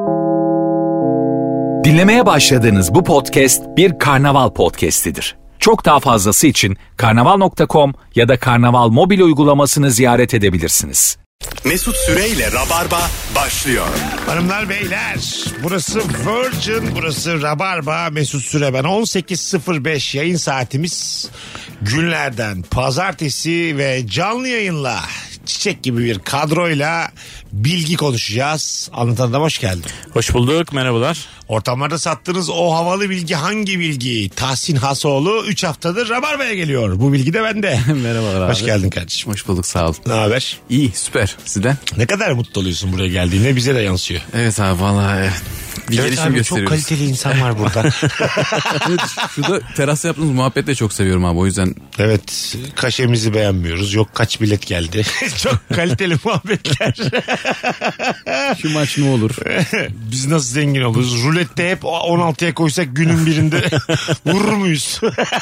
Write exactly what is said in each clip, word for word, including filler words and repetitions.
Dinlemeye başladığınız bu podcast bir karnaval podcastidir. Çok daha fazlası için karnaval nokta com ya da karnaval mobil uygulamasını ziyaret edebilirsiniz. Mesut Süreyle Rabarba başlıyor. Hanımlar beyler, burası Virgin, burası Rabarba, Mesut Süre ben. on sekiz sıfır beş yayın saatimiz, günlerden pazartesi ve canlı yayınla çiçek gibi bir kadroyla bilgi konuşacağız. Anlatan Adam hoş geldin. Hoş bulduk, merhabalar. Ortamlarda sattığınız o havalı bilgi hangi bilgi? Tahsin Hasoğlu üç haftadır Rabarba'ya geliyor. Bu bilgi de bende. Merhabalar abi. Hoş geldin kardeşim. Hoş bulduk, sağ ol. Ne haber? İyi, süper. Sizden? Ne kadar mutlu oluyorsun buraya geldiğinde, bize de yansıyor. Evet abi, vallahi evet. Bir Evet gelişim abi, gösteriyoruz. çok kaliteli insan var burada. Evet, şurada terasta yaptığımız muhabbet de çok seviyorum abi, o yüzden. Evet, kaşemizi beğenmiyoruz. Yok kaç bilet geldi. Çok kaliteli muhabbetler. Şu maç ne olur? Biz nasıl zengin oluruz? Rulette hep on altıya koysak günün birinde vurur muyuz?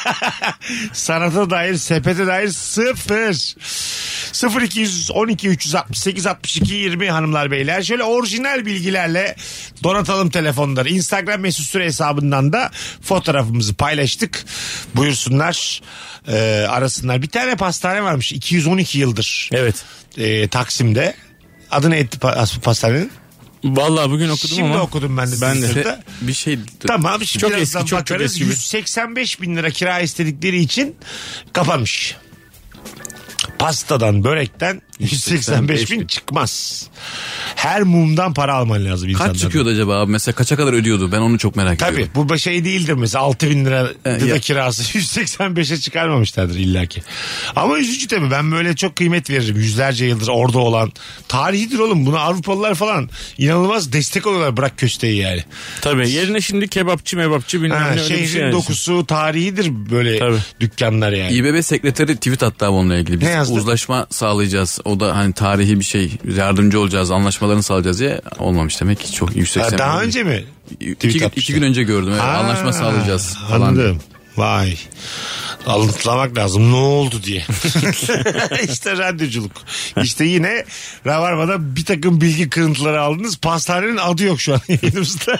Sanata dair, sepete dair sıfır. sıfır iki on iki üç altı sekiz altmış iki yirmi hanımlar beyler. Şöyle orijinal bilgilerle donatalım telefonları. Instagram Mesut Süre hesabından da fotoğrafımızı paylaştık. Buyursunlar, e, arasınlar. Bir tane pastane varmış iki yüz on iki yıldır. Evet. E, Taksim'de. Adı ne etti pastanenin? Vallahi bugün okudum Şimdi ama. Şimdi okudum ben de. Ben de. Bir şey. Tamam. Şimdi çok eski, çok, çok eski. yüz seksen beş bin lira kira istedikleri için kapanmış. Pastadan, börekten yüz seksen beş bin çıkmaz. Her mumdan para alman lazım insanlardan. Kaç çıkıyordu acaba abi? Mesela kaça kadar ödüyordu? Ben onu çok merak Tabii, ediyorum. Tabii bu şey değildir mesela altı bin lira e, da kirası yüz seksen beşe çıkarmamışlardır illaki. Ama üzücü tabii, ben böyle çok kıymet veririm. Yüzlerce yıldır orada olan. Tarihidir oğlum, buna Avrupalılar falan inanılmaz destek oluyorlar, bırak kösteği yani. Tabii yerine şimdi kebapçı mebapçı bilmem ha, ne. Şehrin şey yani. dokusu, tarihidir böyle tabii. Dükkanlar yani. İBB sekreteri tweet attı onunla ilgili. Biz uzlaşma sağlayacağız. O da hani tarihi bir şey, yardımcı olacağız, anlaşmalarını sağlayacağız diye. Olmamış demek ki, çok yüksek. Ha, daha önce mi? İki, iki gün önce gördüm. Evet, ha, anlaşma sağlayacağız falan. Anladım. Vay. Alıntılamak lazım ne oldu diye. İşte radyoculuk. İşte yine Rabarba'da bir takım bilgi kırıntıları aldınız. Pastanenin adı yok şu an yayınımızda.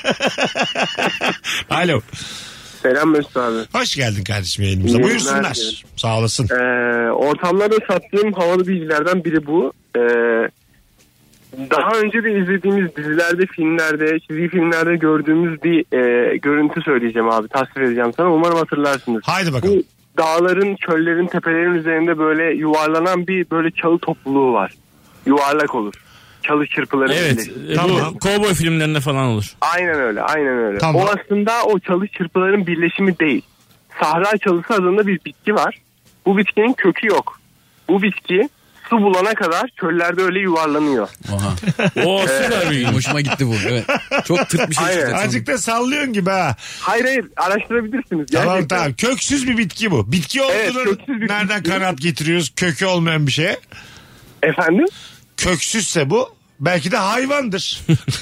Alo. Selam Mesut abi. Hoş geldin kardeşim yayınımıza. Buyursunlar. Sağ olasın. Ee, ortamlarda sattığım havalı bilgilerden biri bu. Ee, daha önce de izlediğimiz dizilerde, filmlerde, çizgi filmlerde gördüğümüz bir e, görüntü söyleyeceğim abi. Tasvir edeceğim sana. Umarım hatırlarsınız. Haydi bakalım. Bu dağların, çöllerin, tepelerin üzerinde böyle yuvarlanan bir böyle çalı topluluğu var. Yuvarlak olur. Çalı çırpıları. Evet. E, tamam. Bu kovboy filmlerinde falan olur. Aynen öyle. Aynen öyle. Tamam. O aslında o çalı çırpıların birleşimi değil. Sahra çalısı adında bir bitki var. Bu bitkinin kökü yok. Bu bitki su bulana kadar çöllerde öyle yuvarlanıyor. Oha. O süper bir hoşuma gitti bu. Evet. Çok tırt bir şey. Aynen. Azıcık da sallıyorsun gibi ha. Hayır hayır, araştırabilirsiniz. Tamam gerçekten. tamam. Köksüz bir bitki bu. Bitki olduğunu Evet, nereden bitki. kanaat getiriyoruz? Kökü olmayan bir şeye. Efendim? Köksüzse bu belki de hayvandır.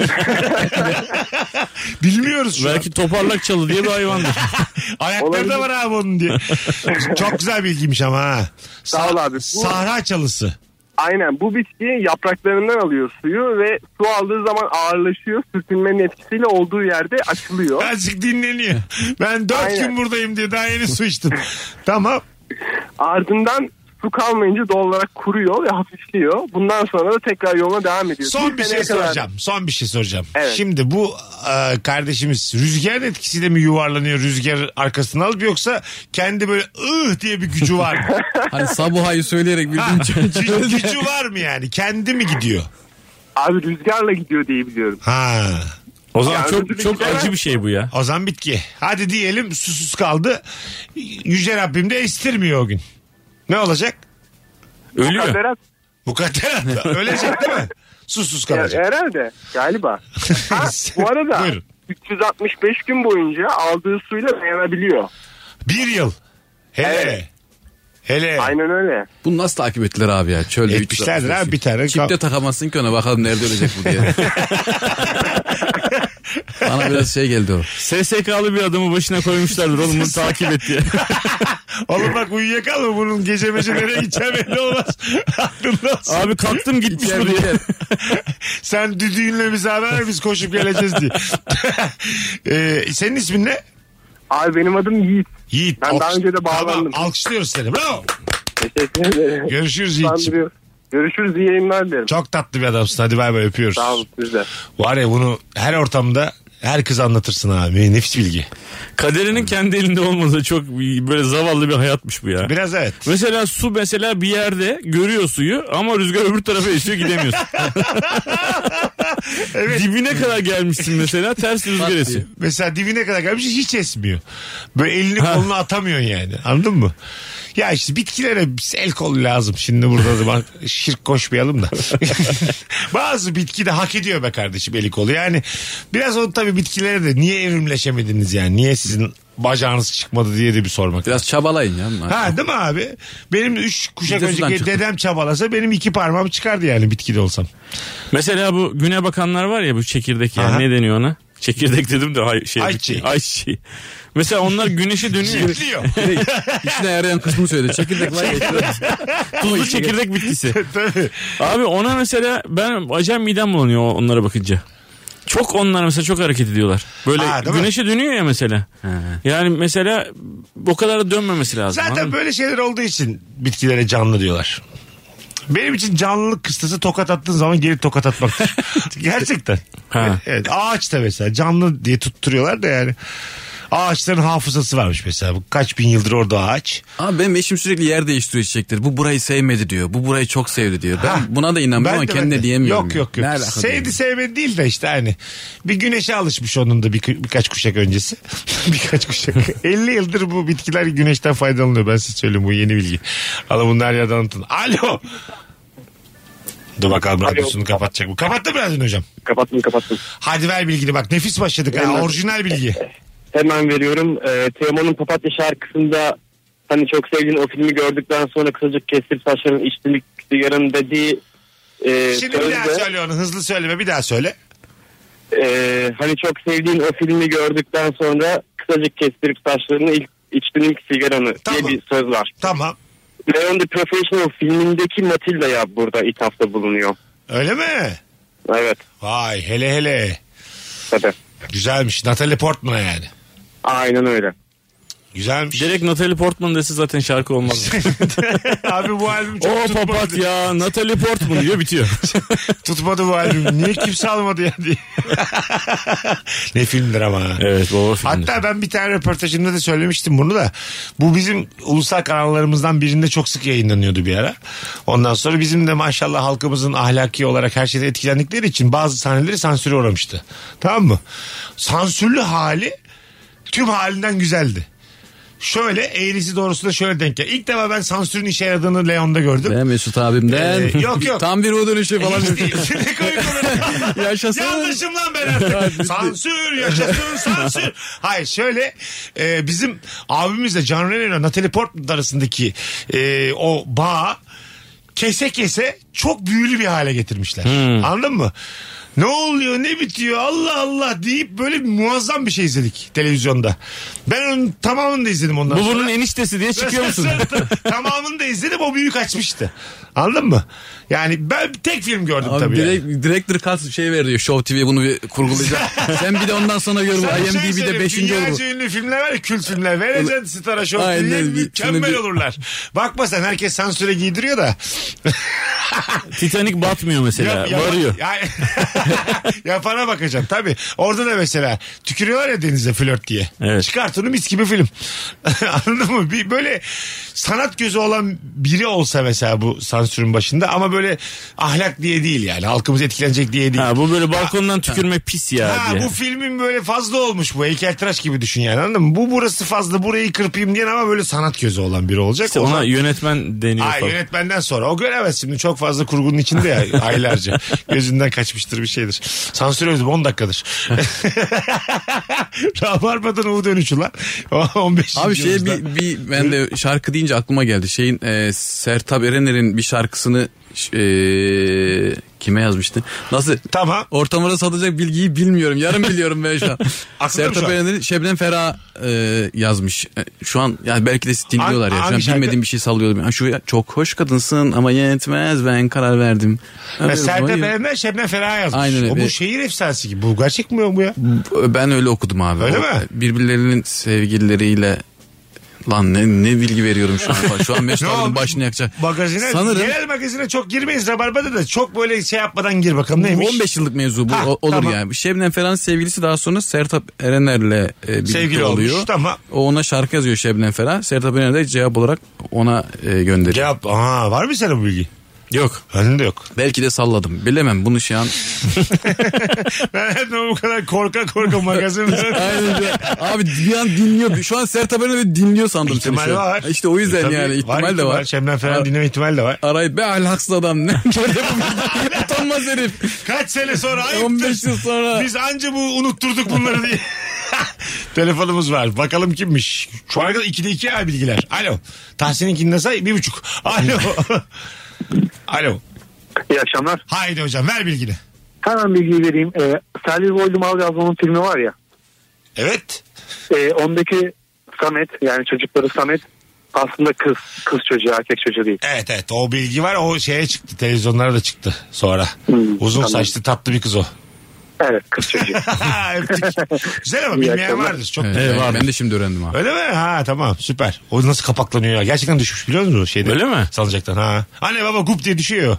Bilmiyoruz şu Belki an. toparlak çalı diye bir hayvandır. Ayakları da var abi onun diye. Çok güzel bilgiymiş ama ha. Sağ ol abi. Bu- Sahra çalısı. Aynen, bu bitki yapraklarından alıyor suyu ve su aldığı zaman ağırlaşıyor. Sürtünmenin etkisiyle olduğu yerde açılıyor. Azıcık dinleniyor. Ben dört Aynen. gün buradayım diye daha yeni su içtim. Tamam. Ardından su kalmayınca doğal olarak kuruyor ve hafifliyor. Bundan sonra da tekrar yoluna devam ediyor. Son bir seneye şey kadar- soracağım. Son bir şey soracağım. Evet. Şimdi bu e, kardeşimiz rüzgarın etkisiyle mi yuvarlanıyor, rüzgar arkasına alıp, yoksa kendi böyle ıh diye bir gücü var mı? Hani Sabaha'yı söyleyerek Ha, bildiğim gücü, gücü var mı yani? Kendi mi gidiyor? Abi rüzgarla gidiyor diye biliyorum. Ha. O zaman Yani çok çok bitki- acı bir şey bu ya. O zaman bitki. Hadi diyelim susuz kaldı. Yüce Rabbim de estirmiyor o gün. Ne olacak? Ölüyor. Mukadderat. Mukadderat. Ölecek değil mi? Susuz Ya, kalacak. herhalde galiba. Ha, bu arada Buyurun. üç yüz altmış beş gün boyunca aldığı suyla dayanabiliyor. Bir yıl. Hele. Evet. Hele. Aynen öyle. Bunu nasıl takip ettiler abi ya? Çölde Etmişlerdir abi bir tane. Çipte takamazsın ki ona, bakalım nerede ölecek bu diye. Bana biraz şey geldi o. S S K'lı bir adamı başına koymuşlardır oğlum bunu takip et diye. Oğlum bak uyuyakalma, bunun gece mece nereye gideceği belli olmaz. Aklında olsun. Abi kalktım gitmiş bu diye. Sen düdüğünle bize haber ver, biz koşup geleceğiz diye. ee, senin ismin ne? Abi benim adım Yiğit. Yiğit. Ben daha önce de bağlandım. Tamam, alkışlıyoruz seni. Bravo. Teşekkür ederim. Görüşürüz Yiğit'ciğim. Görüşürüz, iyi yayınlar dilerim. Çok tatlı bir adamsın. Hadi bay bay, öpüyoruz. Sağ olun, siz de. Var ya, bunu her ortamda her kız anlatırsın abi. Nefis bilgi. Kaderinin kendi elinde olmadığı çok böyle zavallı bir hayatmış bu ya. Biraz evet. Mesela su mesela bir yerde görüyor suyu ama rüzgar öbür tarafa esiyor, gidemiyorsun. Evet. Dibine kadar gelmişsin mesela, ters rüzgar esiyor. Mesela dibine kadar gelmiş, hiç esmiyor. Böyle elini kolunu atamıyorsun yani. Anladın mı? Ya işte bitkilere el kol lazım. Şimdi burada da bak, şirk koşmayalım da. Bazı bitki de hak ediyor be kardeşim eli kolu. Yani biraz onu tabii bitkilere de niye evrimleşemediniz yani? Niye sizin bacağınız çıkmadı diye de bir sormak. Biraz çabalayın ya. Ha, değil mi abi? Benim üç kuşak Videosundan önceki çıktı. dedem çabalasa benim iki parmağım çıkardı yani bitkide olsam. Mesela bu güne bakanlar var ya, bu çekirdek yani. Aha. Ne deniyor ona? Çekirdek dedim de ay, şey, ayçiçeği. Ayçiçeği. Mesela onlar güneşe dönüyor. Çiftliyor. İçine yarayan kısmını söyledi. Çekirdek var. Tuzlu çekirdek bitkisi. Tabii. Abi ona mesela ben acayip midem bulanıyor onlara bakınca. Çok onlar mesela çok hareket ediyorlar. Böyle ha, güneşe dönüyor ya mesela. Ha. Yani mesela o kadar da dönmemesi lazım. Zaten böyle şeyler olduğu için bitkilere canlı diyorlar. Benim için canlılık kıstası tokat attığın zaman geri tokat atmaktır. Gerçekten. Ha. Evet, ağaç da mesela canlı diye tutturuyorlar da yani. Ağaçların hafızası varmış mesela. Bu kaç bin yıldır orada ağaç. Abi benim eşim sürekli yer değiştiriyor çiçekleri. Bu burayı sevmedi diyor. Bu burayı çok sevdi diyor. Ben ha, buna da inanmıyorum ama kendine de diyemiyorum. Yok yok yok. Sevdi sevmedi değil de işte hani. Bir güneşe alışmış onun da bir, birkaç kuşak öncesi. birkaç kuşak. elli yıldır bu bitkiler güneşten faydalanıyor. Ben size söyleyeyim, bu yeni bilgi. Allah bunlar yerden anlatın. Alo. Dur bakalım radyosunu kapatacak mı? Kapattı mı radyonu hocam? Kapattım kapattım. Hadi ver bilgini bak. Nefis başladık. Ha, orijinal bilgi. Hemen veriyorum. Ee, Teoman'ın Papatya şarkısında hani çok sevdiğin o filmi gördükten sonra kısacık kestirip saçların içtilik sigaranın dediği e, Şimdi bir daha söyle onu. Hızlı söyleme, bir daha söyle. E, hani çok sevdiğin o filmi gördükten sonra kısacık kestirip saçlarını ilk içtilik sigaranı tamam. diye bir söz var. Tamam. Leon the Professional filmindeki Matilda ya burada ithafta bulunuyor. Öyle mi? Evet. Vay hele hele. Tabii. Güzelmiş. Natalie Portman yani. Aynen öyle. Güzelmiş. Direkt Natalie Portman dese zaten şarkı olmaz. Abi bu albüm çok o tutmadı. Papatya Natalie Portman diyor, bitiyor. Tutmadı bu albüm. Niye kimse almadı ya diye. Ne filmdir ama. Evet, baba filmdir. Hatta ben bir tane röportajımda da söylemiştim bunu da. Bu bizim ulusal kanallarımızdan birinde çok sık yayınlanıyordu bir ara. Ondan sonra bizim de maşallah halkımızın ahlaki olarak her şeyden etkilendikleri için bazı sahneleri sansüre uğramıştı. Tamam mı? Sansürlü hali tüm halinden güzeldi. Şöyle eğrisi doğrusu da şöyle denk gel. İlk defa ben sansürün işe yaradığını Leon'da gördüm. Ben Mesut abimden. Ee, yok yok. Tam bir o dönüşü falan. Ne koyun koyun. Yaşasın. Yanlışım lan ben artık. Sansür yaşasın sansür. Hayır şöyle e, bizim abimizle Can Reno'yla Natalie Portman arasındaki e, o bağ kese kese çok büyülü bir hale getirmişler. Hmm. Anladın mı? Ne oluyor ne bitiyor Allah Allah deyip böyle muazzam bir şey izledik televizyonda. Ben onun tamamını da izledim ondan Bu sonra. Bu bunun eniştesi diye çıkıyor musun? Tamamını da izledim, o büyük açmıştı. Anladın mı? Yani ben tek film gördüm abi tabii. Direkt, yani. Director cut şey veriyor. Show T V bunu bir kurgulayacak. Sen bir de ondan sonra gör bu. I M D B'de beşinci olur. Dünyaca ünlü filmler var ya, kült filmler. Vereceksin Star'a Show T V'ye mükemmel bir... olurlar. Bakma sen, herkes sansüre giydiriyor da. Titanic batmıyor mesela. Yap, yap, varıyor. Ya, yapana bakacaksın tabii. Orada da mesela tükürüyorlar ya denize flört diye. Evet. Çıkart onu, mis gibi film. Anladın mı? Bir, böyle sanat gözü olan biri olsa mesela bu sansürün başında, ama böyle ahlak diye değil yani. Halkımız etkilenecek diye değil. Ha, bu böyle balkondan ha, tükürme ha. pis ya ha, diye. Bu filmin böyle fazla olmuş, bu heykeltıraş gibi düşün yani, anladın mı? Bu burası fazla, burayı kırpayım diyen ama böyle sanat gözü olan biri olacak. İşte o ona zaman... yönetmen deniyor Ay, falan. yönetmenden sonra o göremez şimdi, çok fazla kurgunun içinde ya aylarca. Gözünden kaçmıştır bir şeydir. Sansür özüm on dakikadır. Rabarba'dan U dönüşü lan. on beş Abi şey bir, bir ben de şarkı deyince aklıma geldi. Şeyin e, Sertab Erener'in bir şarkısını Ee, kime yazmıştı? Nasıl? Tamam. Ortamlara satacak bilgiyi bilmiyorum. Yarın biliyorum ben şu an. Sertab Erener'in Şebnem Ferah e, yazmış. Şu an yani belki de dinliyorlar An, ya. Şu an şarkı? bilmediğim bir şey sallıyordum. Yani şu çok hoş kadınsın ama yetmez ben karar verdim. Sertab Erener Şebnem Ferah yazmış. Aynen öyle. O bu şehir efsanesi gibi. Bu gerçek mi bu ya? Ben öyle okudum abi. Öyle o, mi? Birbirlerinin sevgilileriyle lan ne ne bilgi veriyorum şu an. Şu an Mesut abinin başını yakacak. Magazine, sanırım, genel magazine çok girmeyiz Rabarba'da da çok böyle şey yapmadan gir bakalım neymiş. on beş yıllık mevzu bu ha, olur tamam. Yani. Şebnem Ferah'ın sevgilisi daha sonra Sertab Erener'le e, birlikte sevgili oluyor. Olmuş, tamam. O ona şarkı yazıyor Şebnem Ferah. Sertab Erener de cevap olarak ona e, gönderiyor. Cevap aha, var mı senin bu bilgi? Yok. Bende de yok. Belki de salladım. Bilemem bunu şu an. Ben her zaman bu kadar korka korka magazin. Aynen. Abi bir an dinliyor. Şu an Sertab Erener dinliyor sandım. İhtimal var. İşte o yüzden Tabii, yani ihtimal, var, ihtimal de var. Şebnem Ferah dinleme ihtimal de var. Arayıp be ahlaksız adam. Ne? Utanmaz herif. Kaç sene sonra ayıptır. on beş yıl sonra. Biz anca bu unutturduk bunları diye. Telefonumuz var. Bakalım kimmiş. Şu ana kadar ikide iki ay bilgiler. Alo. Tahsin'inkini de say bir buçuk. Alo. Alo. İyi akşamlar. Haydi hocam ver bilgini. Hemen bilgiyi vereyim. Ee, Selvi Boylum Algazman'ın filmi var ya. Evet. E, ondaki Samet yani çocukları Samet aslında kız. Kız çocuğu erkek çocuğu değil. Evet evet o bilgi var o şeye çıktı televizyonlara da çıktı sonra. Hmm, Uzun tamam. Saçlı tatlı bir kız o. Evet kız çocuğu. Güzel ama bilmeyen vardır. Çok evet, evet, var. Ben de şimdi öğrendim abi. Öyle mi? Ha tamam süper. O nasıl kapaklanıyor ya? Gerçekten düşmüş biliyor musunuz? Şeyde, öyle mi? Salıncaktan ha. Anne baba gup diye düşüyor.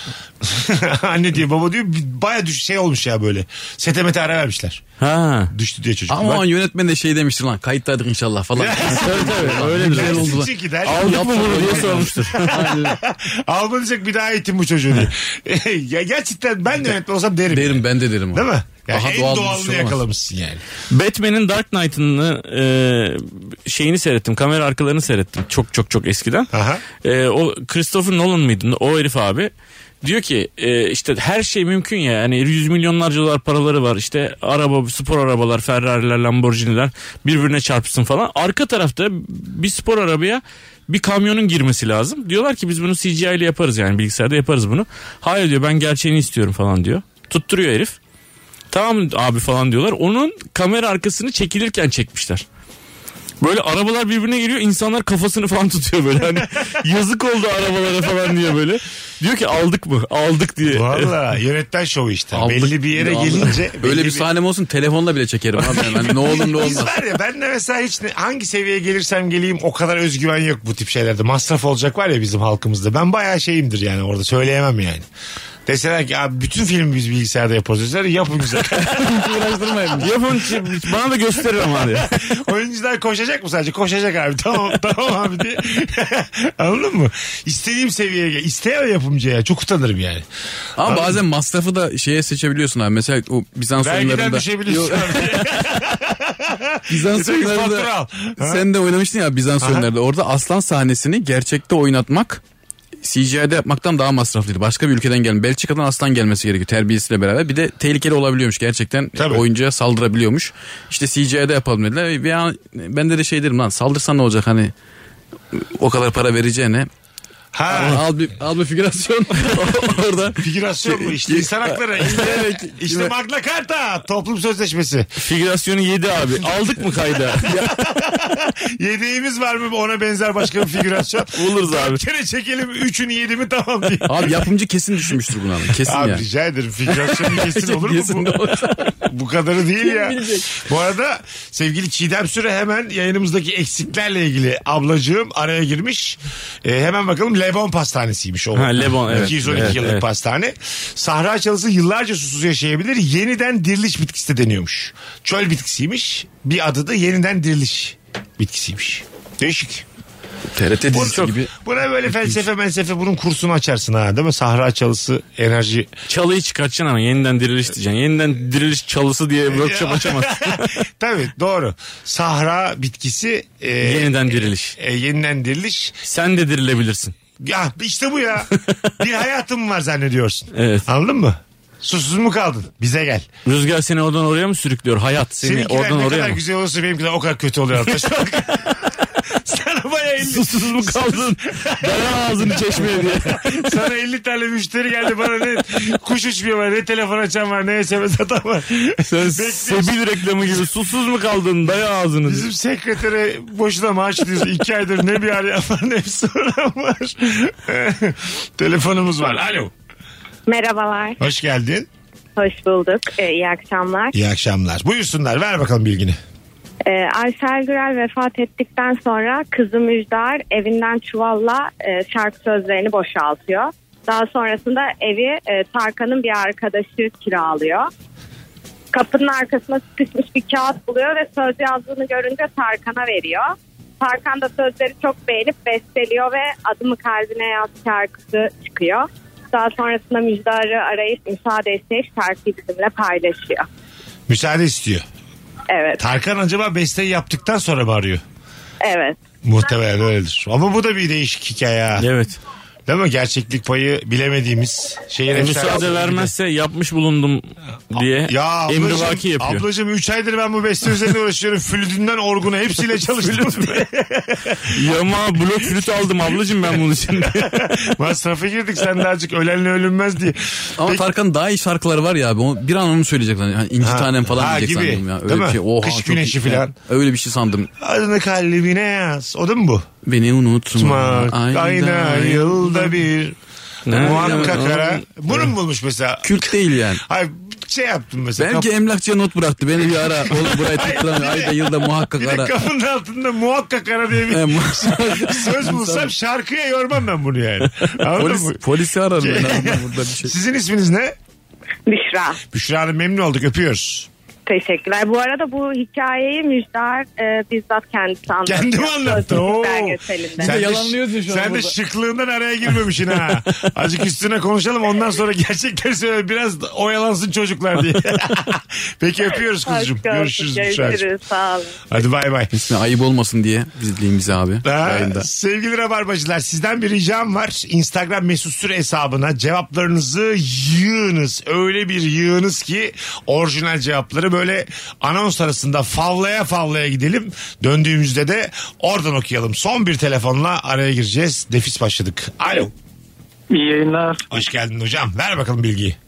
Anne diyor baba diyor baya düş şey olmuş ya böyle. Sete mete ara vermişler. Ha. Düştü diye çocuk. Ama ben... yönetmen de şey demiştir lan kayıttaydık inşallah falan. Öyle güzel oldu. Aldık mı bunu diye sormuştur. Almayacak bir daha eğitim bu çocuğu diye. Ya gerçekten ben de yönetmen olsam derim. Derim ben de derim. Değil mi? Yani daha en doğal doğalını yakalamışsın yani. Batman'in Dark Knight'ını e, şeyini seyrettim. Kamera arkalarını seyrettim. Çok çok çok eskiden. E, o Christopher Nolan mıydı? O herif abi. Diyor ki e, işte her şey mümkün ya. Yani yüz milyonlarca dolar paraları var. İşte araba, spor arabalar, Ferrari'ler, Lamborghini'ler birbirine çarpsın falan. Arka tarafta bir spor arabaya bir kamyonun girmesi lazım. Diyorlar ki biz bunu C G I ile yaparız yani bilgisayarda yaparız bunu. Hayır diyor ben gerçeğini istiyorum falan diyor. Tutturuyor herif. Tamam abi falan diyorlar. Onun kamera arkasını çekilirken çekmişler. Böyle arabalar birbirine geliyor. İnsanlar kafasını falan tutuyor böyle. Hani yazık oldu arabalara falan diye böyle. Diyor ki aldık mı? Aldık diye. Valla yönetmen şovu işte. Aldık, belli bir yere aldık. Gelince. Böyle bir, bir sahnem olsun telefonla bile çekerim abi. Yani ne olur ne olmaz. Biz var ya ben de mesela hiç ne, hangi seviyeye gelirsem geleyim o kadar özgüven yok bu tip şeylerde. Masraf olacak var ya bizim halkımızda. Ben bayağı şeyimdir yani orada söyleyemem yani. Deseler ki abi bütün filmi biz bilgisayarda yapıyoruz. Deseler yapın güzel. Uğraştırmayın. Yapın bana da gösterir ama diye. Oyuncular koşacak mı sadece? Koşacak abi. Tamam tamam abi diye. Anladın mı? İstediğim seviyeye gel. İsteyen yapımcıya çok utanırım yani. Ama Anladın bazen mı? masrafı da şeye seçebiliyorsun abi. Mesela o Bizans oyunlarında. Vergiden düşebiliyorsun abi. Bizans oyunlarında sen de oynamıştın ya Bizans Aha. oyunlarında. Orada aslan sahnesini gerçekte oynatmak C G I'de yapmaktan daha masraflıydı. Başka bir ülkeden gelmiş. Belçika'dan aslan gelmesi gerekiyor terbiyesiyle beraber. Bir de tehlikeli olabiliyormuş gerçekten. Tabii. Oyuncuya saldırabiliyormuş. İşte C G I'de yapalım dediler. Ve yani ben de de şey derim lan saldırsan ne olacak hani o kadar para vereceğine. Ha. Al bir, al bir figürasyon orada. Figürasyon mu? İşte insan hakları. İşte, işte Magna Carta. Toplum sözleşmesi. Figürasyonu yedi abi. Aldık mı kayda? Yediğimiz var mı ona benzer başka bir figürasyon? Buluruz abi. Bir kere çekelim. Üçünü yedi mi tamam diye. Abi yapımcı kesin düşünmüştür bunu abi. Kesin abi ya. Rica ederim. Figürasyonu kesin olur mu? Bu, bu kadarı değil ya. Bu arada sevgili Çiğdem Süre hemen yayınımızdaki eksiklerle ilgili ablacığım araya girmiş. Ee, hemen bakalım. Lebon pastanesiymiş o. Ha, Lebon, evet. iki yüz on iki evet, yıllık evet. pastane. Sahra çalısı yıllarca susuz yaşayabilir. Yeniden diriliş bitkisi de deniyormuş. Çöl bitkisiymiş. Bir adı da yeniden diriliş bitkisiymiş. Değişik. T R T dizisi Bu, gibi. Buna böyle felsefe mensefe bunun kursunu açarsın ha değil mi? Sahra çalısı enerji. Çalıyı çıkartacaksın ama yeniden diriliş diyeceksin. Yeniden diriliş çalısı diye workshop açamazsın. Tabii doğru. Sahra bitkisi. E, yeniden diriliş. E, yeniden diriliş. Sen de dirilebilirsin. Ya işte bu ya. Bir hayatım var zannediyorsun. Evet. Anladın mı? Susuz mu kaldın? Bize gel. Rüzgar seni oradan oraya mı sürüklüyor? Hayat seni Seninkiler oradan oraya mı? Ne kadar güzel olursa benimkiler o kadar kötü oluyor arkadaşlar. Sana bayağı elli. Susuz mu kaldın? Daya ağzını çeşmeye diye. Sana elli tane müşteri geldi bana ne kuş uçmuyor var, ne telefon açan var, ne S M S atan var. Sen Sebil reklamı gibi susuz mu kaldın? Daya ağzını. Bizim sekretere boşuna maaş ödüyoruz. İki aydır ne bir arayan var ne bir soran var. Telefonumuz var. Alo. Merhabalar. Hoş geldin. Hoş bulduk. Ee, iyi akşamlar. İyi akşamlar. Buyursunlar. Ver bakalım bilgini. Ee, Aysel Gürel vefat ettikten sonra kızı Müjdar evinden çuvalla e, şarkı sözlerini boşaltıyor. Daha sonrasında evi e, Tarkan'ın bir arkadaşı kiralıyor. Kapının arkasına sıkışmış bir kağıt buluyor ve söz yazdığını görünce Tarkan'a veriyor. Tarkan da sözleri çok beğenip besteliyor ve Adımı Kalbine Yaz şarkısı çıkıyor. Daha sonrasında Müjdar'ı arayıp müsaade isteyip şarkıyı bizimle paylaşıyor. Müsaade istiyor. Evet. Tarkan acaba besteyi yaptıktan sonra mı arıyor? Evet. Muhtemelen öyledir. Ama bu da bir değişik hikaye. Evet. Değil mi? Gerçeklik payı bilemediğimiz şehir E, müsaade vermezse yapmış bulundum diye ya emrivaki yapıyor. Ablacığım üç aydır ben bu beste üzerine uğraşıyorum. Flütünden orguna hepsiyle çalıştım. Yama blok flüt aldım ablacığım ben bunun için. Masrafa girdik sen de azıcık ölenle ölünmez diye. Ama Peki, Tarkan'ın daha iyi şarkıları var ya abi. O, bir an onu söyleyecek. Yani inci Ha. tanem falan Ha, diyecek gibi. sandım ya. Öyle Değil bir mi? şey. Oha, Kış çok güneşi iyi. filan. Öyle bir şey sandım. adını kalbine yaz. O da mı bu? Beni unutma. Tutmak ayna yılda bir. Muhakkak ara. Bunu mu bulmuş mesela? Kürt değil yani. Hayır şey yaptım mesela. Belki Kap- emlakçıya not bıraktı. Beni bir ara. Oğlum burayı tutturamıyor. Ayda yılda muhakkak bir de ara. kapının altında muhakkak ara diye bir He, mu- söz bulsam şarkıya yormam ben bunu yani. Anladın mı? Polis, polisi ararım ben abi burada bir şey. Sizin isminiz ne? Büşra. Büşra Hanım memnun olduk öpüyoruz. Teşekkürler. Bu arada bu hikayeyi Müjdar e, bizzat kendisi anlattı. Kendi mi anlattı? Oo. Belgeselinde. Sen de, yalanlıyorsun şu an sen de burada. şıklığından araya girmemişsin ha. Azıcık üstüne konuşalım ondan sonra gerçekleri söyle. Biraz oyalansın çocuklar diye. Peki öpüyoruz kuzucuğum. Hoş Görüşürüz gördük. Büşra'cığım. Görüşürüz. Sağ olun. Hadi bay bay. İsmi ayıp olmasın diye bizleyeyim bize abi. Ha, Yayında. sevgili Rabarbacılar sizden bir ricam var. Instagram mesut süre hesabına cevaplarınızı yığınız. Öyle bir yığınız ki orijinal cevapları böyle anons arasında favlaya favlaya gidelim. Döndüğümüzde de oradan okuyalım. Son bir telefonla araya gireceğiz. Nefis başladık. Alo. İyi yayınlar. Hoş geldin hocam. Ver bakalım bilgiyi.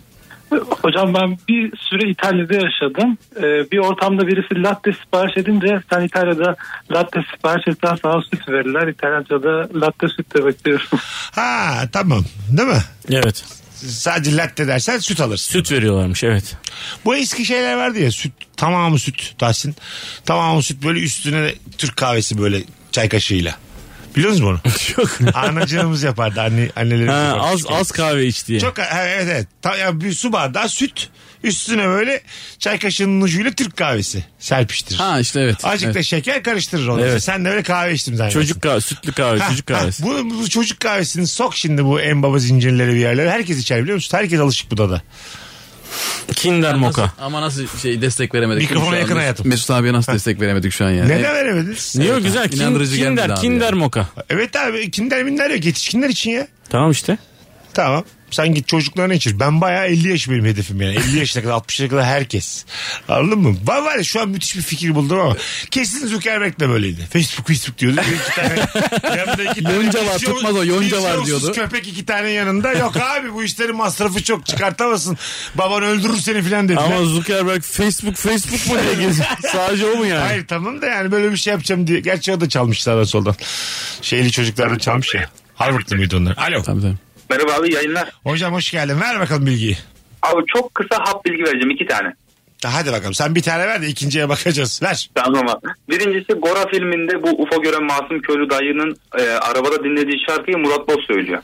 Hocam ben bir süre İtalya'da yaşadım. Ee, bir ortamda birisi latte sipariş edince sen İtalya'da latte sipariş etsen sana süt verirler. İtalyanca'da latte süt demek diyorum. Ha tamam. Değil mi? Evet. Sadece latte dersen süt alırsın. Süt veriyorlarmış evet. Bu eski şeyler vardı ya süt tamamı süt Tahsin. Tamamı süt böyle üstüne de Türk kahvesi böyle çay kaşığıyla. Biliyor musun bunu? Yok. Anacığımız yapardı anne, annelerimiz Ha, yapardı. az az kahve iç diye. Çok ha, evet evet. Ta, ya bir su bardağı süt üstüne böyle çay kaşığının ucuyla Türk kahvesi serpiştirir. Ha işte evet. Azıcık evet. da şeker karıştırır onu. Evet. Sen de öyle kahve içtin zannediyorsun. Çocuk kahve, sütlü kahve, Ha, çocuk ha, kahvesi. bu, bu çocuk kahvesini sok şimdi bu en baba zincirleri bir yerlere. Herkes içer biliyor musun? Herkes alışık bu da. Kinder Moka. Ama nasıl şey destek veremedik. Mikrofona şu an? yakın hayatım. Mesut abiye nasıl destek veremedik şu an yani. Neden veremediniz? Niye o Evet, güzel? inandırıcı Kin, gelmedi kinder, abi Kinder ya. Moka. Evet abi kinder minler yok yetişkinler için ya. Tamam işte. Tamam. Sen git çocuklarına içir. Ben bayağı elli yaş benim hedefim yani. elli yaşına kadar altmış yaşına kadar herkes. Anladın mı? Ben var ya şu an müthiş bir fikir buldum ama kesin Zuckerberg de böyleydi. Facebook Facebook diyordu. İki tane, yanında iki tane Yonca var, misyon- tutmaz o, yonca var misyonsuz diyordu. köpek iki tane yanında. Yok abi bu işlerin masrafı çok çıkartamazsın. Baban öldürür seni filan dedi. Ama Zuckerberg Facebook Facebook mu diye geziyor. Sadece o mu yani? Hayır tamam da yani böyle bir şey yapacağım diye. Gerçi o da çalmış sağdan soldan. Şeyli çocuklar da çalmış ya. Harvard'lı mıydı onlar? Alo. Tabii tabii. Merhaba abi yayınlar. Hocam hoş geldin. Ver bakalım bilgiyi. Abi çok kısa hap bilgi vereceğim iki tane. Hadi bakalım sen bir tane ver de ikinciye bakacağız. Ver. Tamam abi. Birincisi Gora filminde bu U F O gören Masum Köylü dayının e, arabada dinlediği şarkıyı Murat Boz söylüyor.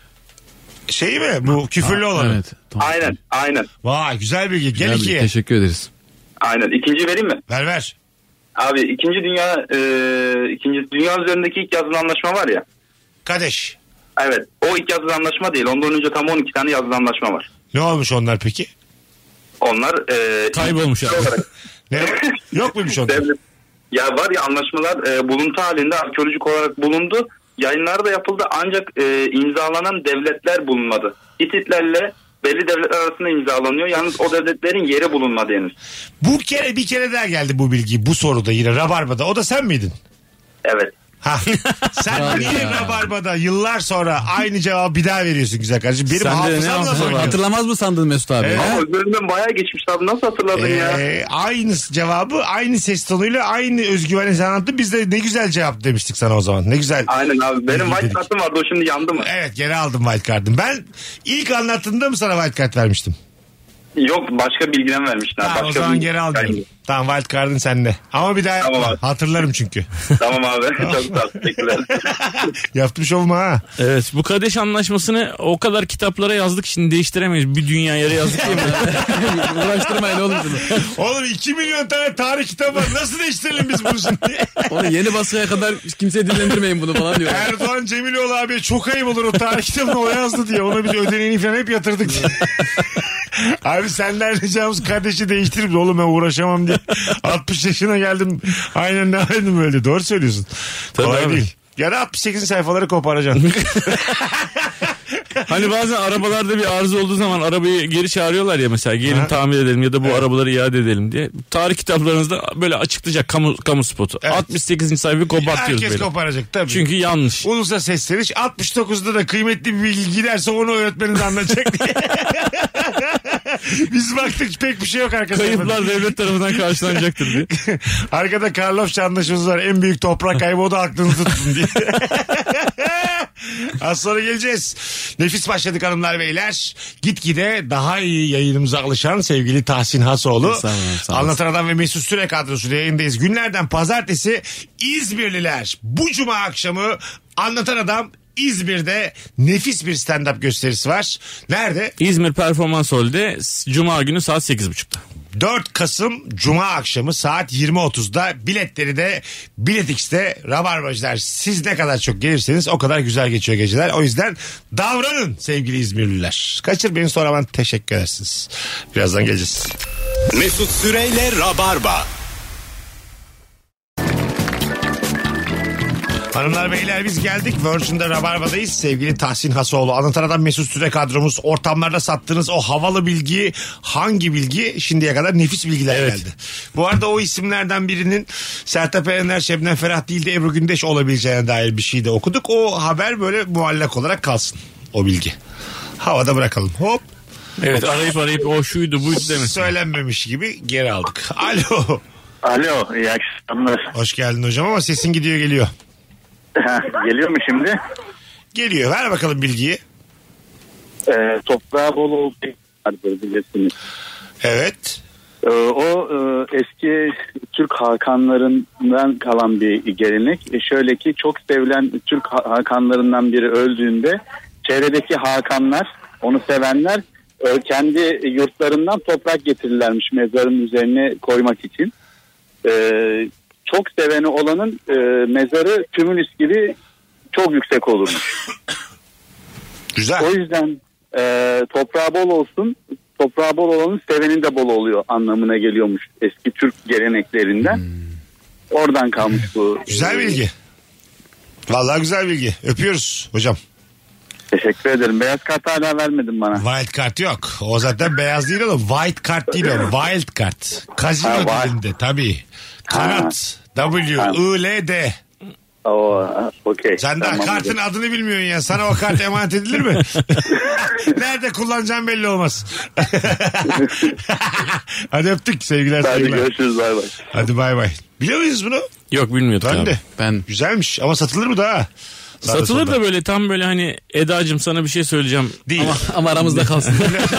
Şey mi? Bu küfürlü olan. Evet. Tamam. Aynen aynen. Vay güzel bilgi. Gel Güzel bir- ikiye. Teşekkür ederiz. Aynen. İkinci vereyim mi? Ver ver. Abi ikinci dünya e, ikinci dünya üzerindeki ilk yazılı anlaşma var ya. Kadeş. Evet. O ilk yazılı anlaşma değil. Ondan önce tam on iki tane yazılı anlaşma var. Ne olmuş onlar peki? Onlar e, Kaybolmuş abi. Ne? Yok muymuş onlar? devlet, ya var ya anlaşmalar e, buluntu halinde arkeolojik olarak bulundu. Yayınlar da yapıldı ancak e, imzalanan devletler bulunmadı. Hititlerle belli devletler arasında imzalanıyor. Yalnız o devletlerin yeri bulunmadı henüz. Bu kere bir kere daha geldi bu bilgi bu soruda yine Rabarba'da. O da sen miydin? Evet. Ha. Sen niye Rabarba'da yıllar sonra aynı cevabı bir daha veriyorsun güzel kardeşim? Benim hafızamla soruyor. Hatırlamaz mı sandın Mesut abi? Evet. Ama üzerinden bayağı geçmiş abi. Nasıl hatırladın Ee, ya? aynı cevabı aynı ses tonuyla aynı özgüvenle sen anlattın. Biz de ne güzel cevap demiştik sana o zaman. Ne güzel. Aynen abi. Benim Bilgi white dedik. kartım vardı. O şimdi yandı mı? Evet geri aldım wild card'ım. Ben ilk anlattığımda mı sana wild card vermiştim? Yok başka bilgiden vermişler. Tamam başka o zaman bir- geri aldım. Yani- Tamam wild card'ın sende. Ama bir daha Tamam yapma. abi. Hatırlarım çünkü. Tamam abi. Çok sağ ol. Teşekkürler. Yapmış olma ha. Evet, bu Kadeş Anlaşması'nı o kadar kitaplara yazdık, şimdi değiştiremeyiz. Bir dünya yere yazdık değil mi? Uğraştırmayın oğlum şunu. Oğlum iki milyon tane tarih kitabı var. Nasıl değiştirelim biz bunu şimdi? Onu yeni baskıya kadar kimseye dillendirmeyin bunu falan diyor. Erdoğan Cemiloğlu abi çok ayıp olur o tarih kitabını o yazdı diye. Ona biz ödeneğini falan hep yatırdık diye. Abi senden ricamız kardeşi değiştirip oğlum ben uğraşamam diye. altmış yaşına geldim. Aynen ne aynen öyle. Doğru söylüyorsun. Tabii Kolay abi. değil. Ya da altmış sekizinci sayfaları koparacaksın. Hani bazen arabalarda bir arıza olduğu zaman arabayı geri çağırıyorlar ya, mesela gelin Ha. tamir edelim ya da bu arabaları iade edelim diye. Tarih kitaplarınızda böyle açıklayacak kamu kamu spotu. Evet. altmış sekizinci sayfayı kopartıyoruz Herkes böyle. koparacak tabii. Çünkü yanlış. Ulusa sesleniş altmış dokuzda da kıymetli bir bilgi giderse onu öğretmenin de anlatacak diye. Biz baktık pek bir şey yok arkadaşlar. Kayıplar devlet tarafından karşılanacaktır diye. Arkada Karlofça anlaşması var. En büyük toprak kaybı o da aklınızı tutun diye. Az sonra geleceğiz. Nefis başladık hanımlar beyler. Gitgide daha iyi yayınımıza alışan sevgili Tahsin Hasoğlu. Sağ olun, sağ olun. Anlatan Adam ve Mesut Süre kadrosuyla yayındayız. Günlerden pazartesi İzmirliler bu cuma akşamı Anlatan Adam İzmir'de nefis bir stand-up gösterisi var. Nerede? İzmir Performans Hall'de Cuma günü saat sekiz buçukta. dört Kasım Cuma akşamı saat yirmi otuzda biletleri de Bilet X'te. Rabarbacılar siz ne kadar çok gelirseniz o kadar güzel geçiyor geceler. O yüzden davranın sevgili İzmirliler. Kaçırmayın sonra bana teşekkür edersiniz. Birazdan geleceğiz. Mesut Süreyle Rabarba. Hanımlar beyler biz geldik. Virgin'de Rabarba'dayız. Sevgili Tahsin Hasoğlu. Anlatan Adam Mesut Süre kadromuz. Ortamlarda sattığınız o havalı bilgi hangi bilgi? Şimdiye kadar nefis bilgiler Evet. geldi. Bu arada o isimlerden birinin Sertab Erener, Şebnem Ferah değil de Ebru Gündeş olabileceğine dair bir şey de okuduk. O haber böyle muallak olarak kalsın. O bilgi. Havada bırakalım. Hop. Evet, arayıp arayıp o şuydu buydu demesin. Söylenmemiş gibi geri aldık. Alo. Alo, iyi akşamlar. Hoş geldin hocam ama sesin gidiyor geliyor. Geliyor mu şimdi? Geliyor. Ver bakalım bilgiyi. Ee, toprağı bol olduğu vardır bilirsiniz. Evet. Ee, o e, eski Türk hakanlarından kalan bir gelenek. E, şöyle ki çok sevilen Türk ha- hakanlarından biri öldüğünde çevredeki hakanlar, onu sevenler e, kendi yurtlarından toprak getirirlermiş mezarın üzerine koymak için. Ee, çok seveni olanın e, mezarı tümülüs gibi çok yüksek olurmuş. Güzel. O yüzden e, toprağı bol olsun, toprağı bol olanın sevenin de bol oluyor anlamına geliyormuş eski Türk geleneklerinden. Hmm. Oradan kalmış bu. Güzel bilgi. Vallahi güzel bilgi. Öpüyoruz hocam. Teşekkür ederim. Beyaz kart hala vermedin bana. Wild card yok. O zaten beyaz değil oğlum. White card değil o. Wild card. Kazino Ha, dilinde tabii. Kanat. W, I, L, D. Oo, okey. Sen daha Tamam, kartın hocam. adını bilmiyorsun ya. Sana o kart emanet edilir mi? Nerede kullanacağım belli olmaz. Hadi öptük sevgiler Hadi saygılar. görüşürüz, bay bay. Hadi bay bay. Biliyor muyuz bunu? Yok, bilmiyorduk Ben abi. de. Ben Güzelmiş ama satılır mı daha? Sağda Satılır solda. da böyle tam böyle hani Eda'cığım sana bir şey söyleyeceğim. Değil. ama, ama aramızda kalsın.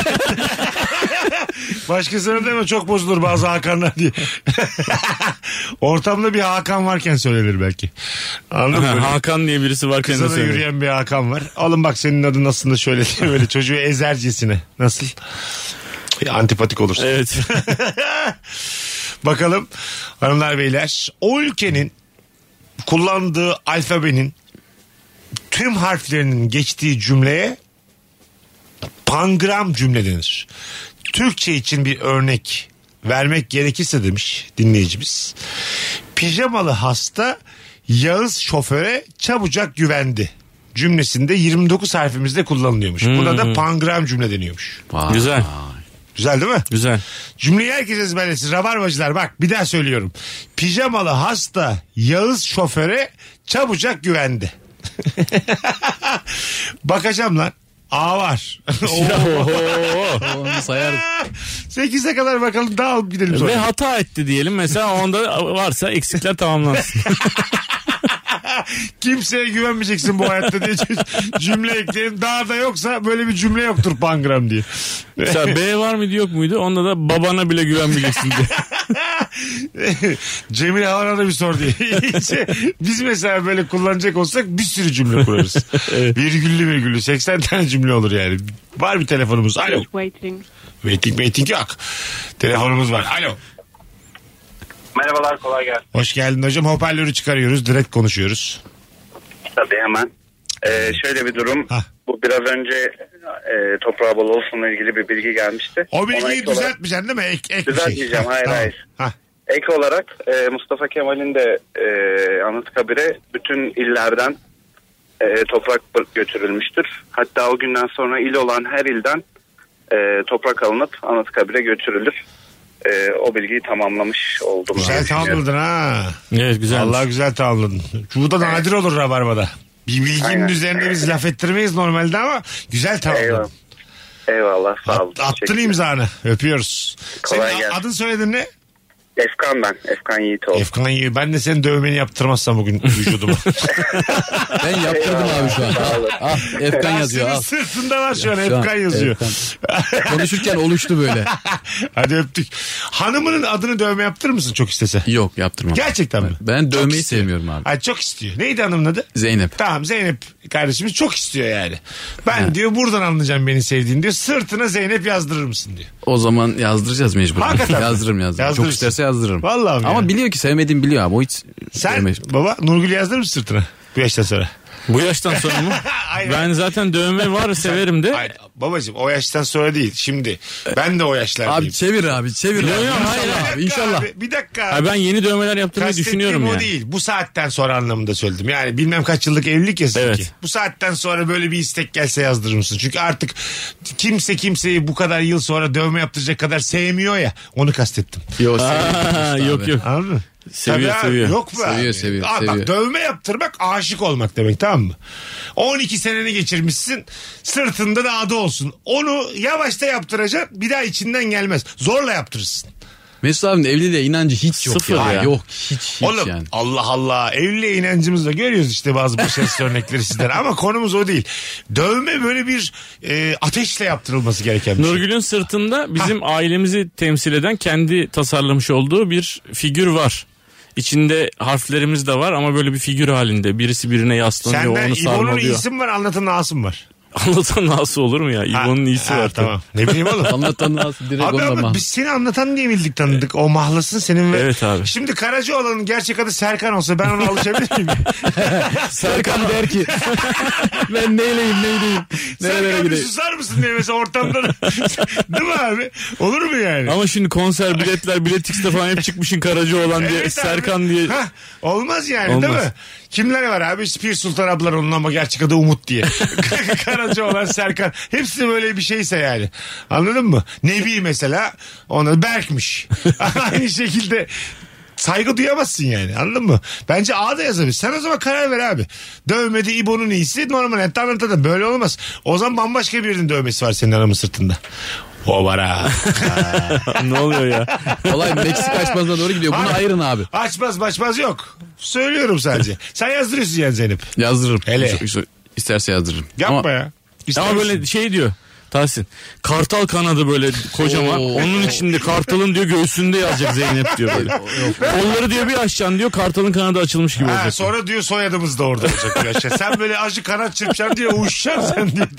Başkasına deme çok bozulur bazı Hakanlar diye. Ortamda bir Hakan varken söylenir belki. Anladın mı? Böyle Hakan diye birisi varken de Kıza da söylüyor. yürüyen bir Hakan var. Oğlum bak senin adın aslında şöyle diye böyle çocuğu ezercesine. Nasıl? Antipatik olursun. Evet. Bakalım hanımlar beyler. O ülkenin kullandığı alfabenin tüm harflerinin geçtiği cümleye pangram cümle denir. Türkçe için bir örnek vermek gerekirse demiş dinleyicimiz. Pijamalı hasta Yağız şoföre çabucak güvendi cümlesinde yirmi dokuz harfimizde kullanılıyormuş. Hmm. Buna da pangram cümle deniyormuş. Vay. Güzel. Güzel değil mi? Güzel. Cümleyi herkes ezberlesin. Rabarbacılar bak bir daha söylüyorum. Pijamalı hasta Yağız şoföre çabucak güvendi. Bakacağım lan. A var. Onu sayarız. sekize kadar bakalım daha alıp gidelim sonra. Ve hata etti diyelim mesela onda varsa eksikler tamamlansın. Kimseye güvenmeyeceksin bu hayatta diye cümle ekleyelim. Daha da yoksa böyle bir cümle yoktur pangram diye. Mesela B var mıydı yok muydu? Onda da babana bile güvenmeyeceksin diye. Cemil Havan'a da bir sor diye. Biz mesela böyle kullanacak olsak bir sürü cümle kurarız. Evet. Virgüllü virgüllü seksen tane cümle olur yani. Var bir telefonumuz. Alo. Waiting. Waiting waiting yok. Telefonumuz var. Alo. Merhabalar, kolay gelsin. Hoş geldin hocam. Hoparlörü çıkarıyoruz. Direkt konuşuyoruz. Tabii hemen. Ee, şöyle bir durum. Hah. Bu biraz önce e, toprağı bol olsunla ilgili bir bilgi gelmişti. O bilgiyi düzeltmeyeceksin değil mi? Ek, ek düzeltmeyeceğim. Şey. Hayır tamam. hayır. Hah. Ek olarak e, Mustafa Kemal'in de e, Anıtkabir'e bütün illerden e, toprak götürülmüştür. Hatta o günden sonra il olan her ilden e, toprak alınıp Anıtkabir'e götürülür. Ee, o bilgiyi tamamlamış oldum. Güzel tamamladın ha. Evet güzel. Allah güzel tamamladın. Bu da nadir olur Rabarba'da. Bir bilginin Aynen. üzerinde biz laf ettirmeyiz normalde ama güzel tamamladın. Eyvallah. Eyvallah sağ olun. At, attın imzanı. Öpüyoruz. Kolay Senin gelsin. adın soyadın ne? Efkan ben. Efkan Yiğitoğlu. Efkan Yiğit. Ben de senin dövmeni yaptırmazsam bugün vücuduma. Ben yaptırdım abi şu an. Ah, Efkan yazıyor. Al. Sırtında var şu an Efkan an, yazıyor. Efkan. Konuşurken oluştu böyle. Hadi öptük. Hanımının adını dövme yaptırır mısın çok istese? Yok yaptırmam. Gerçekten mi? Ben dövmeyi sevmiyorum abi. Ay, çok istiyor. Neydi hanımın adı? Zeynep. Tamam Zeynep kardeşimiz çok istiyor yani. Ben ha. diyor buradan anlayacağım beni sevdiğini diyor. Sırtına Zeynep yazdırır mısın diyor. O zaman yazdıracağız mecbur. Yazdırırım yazdırırım. Yazdırırsın. Çok isterse yazdırırım. Vallahi ama yani. Biliyor ki sevmediğimi biliyor abi. O hiç sen sevmez. Baba Nurgül yazdırır mısın sırtına bu yaştan sonra? Bu yaştan sonra mı? Ben zaten dövme var severim de. Hayır, babacığım o yaştan sonra değil. Şimdi ben de o yaşlardayım. Abi çevir abi çevir. Yok yok hayır abi inşallah. Abi, bir dakika. Abi. Ben yeni dövmeler yaptırmayı düşünüyorum o yani. değil. Bu saatten sonra anlamında söyledim. Yani bilmem kaç yıllık evlilik ya sizinki. Evet. Bu saatten sonra böyle bir istek gelse yazdırır mısın? Çünkü artık kimse kimseyi bu kadar yıl sonra dövme yaptıracak kadar sevmiyor ya. Onu kastettim. Yok yok yok. Anladın mı? Seviyor Tabii seviyor. Yok mu? Seviyor seviyor. Aa, seviyor. Bak dövme yaptırmak aşık olmak demek, tamam mı? on iki seneni geçirmişsin, sırtında da adı olsun. Onu yavaşta yaptıracaksın, bir daha içinden gelmez. Zorla yaptırırsın. Mesut abinin evliliğe inancı hiç yok. Sıfır ya. ya. Yok hiç hiç Oğlum, yani. Allah Allah, evliliğe inancımızla görüyoruz işte bazı başarısız örnekleri sizden. Ama konumuz o değil. Dövme böyle bir e, ateşle yaptırılması gereken bir şey. Nurgül'ün sırtında bizim ha. ailemizi temsil eden kendi tasarlamış olduğu bir figür var. İçinde harflerimiz de var ama böyle bir figür halinde. Birisi birine yaslanıyor, senden onu sarmalıyor. Senden İbo'nun isim var, anlatan Asım var. Anlatan nasıl olur mu ya? İbo'nun iyisi var. Tamam. Ne bileyim oğlum. Anlatan nasıl direkt abi ama mah- biz seni anlatan diye bildik tanıdık. O mahlasın senin ve... Evet abi. Şimdi Karacaoğlan'ın gerçek adı Serkan olsa ben ona alışabilir miyim? Serkan der ki ben neyleyim neyleyim. Serkan bir susar mısın diye mesela ortamda da. Değil mi abi? Olur mu yani? Ama şimdi konser biletler Bilet X'te falan hep çıkmışın Karacaoğlan diye evet Serkan abi. diye. Hah, olmaz yani olmaz. değil mi? Kimler var abi? Pir Sultan ablalar onun ama gerçek adı Umut diye. Karacaoğlan, Serkan. Hepsi böyle bir şeyse yani. Anladın mı? Nebi mesela ona Berk'miş. Aynı şekilde saygı duyamazsın yani, anladın mı? Bence A da yazabilir. Sen o zaman karar ver abi. Dövmedi İbo'nun iyisi, normal hatta anlatan böyle olmaz. O zaman bambaşka birinin dövmesi var senin adamın sırtında. O var ha. Ne oluyor ya? Olay Meksika açmazına doğru gidiyor. Bunu Hayır. ayırın abi. Açmaz açmaz yok. Söylüyorum sadece. Sen yazdırıyorsun yani Zeynep. Yazdırırım. Hele. İsterse yazdırırım. Yapma ama, ya. Ama böyle şey diyor Tahsin. Kartal kanadı böyle kocaman. Oo. Onun içinde kartalın diyor göğsünde yazacak Zeynep diyor böyle. Onları diyor bir açacaksın diyor kartalın kanadı açılmış gibi ha, olacak. Sonra diyor soyadımız da orada olacak diyor. Aşağı. Sen böyle acı kanat çırpacaksın diyor, uçacaksın sen diyor.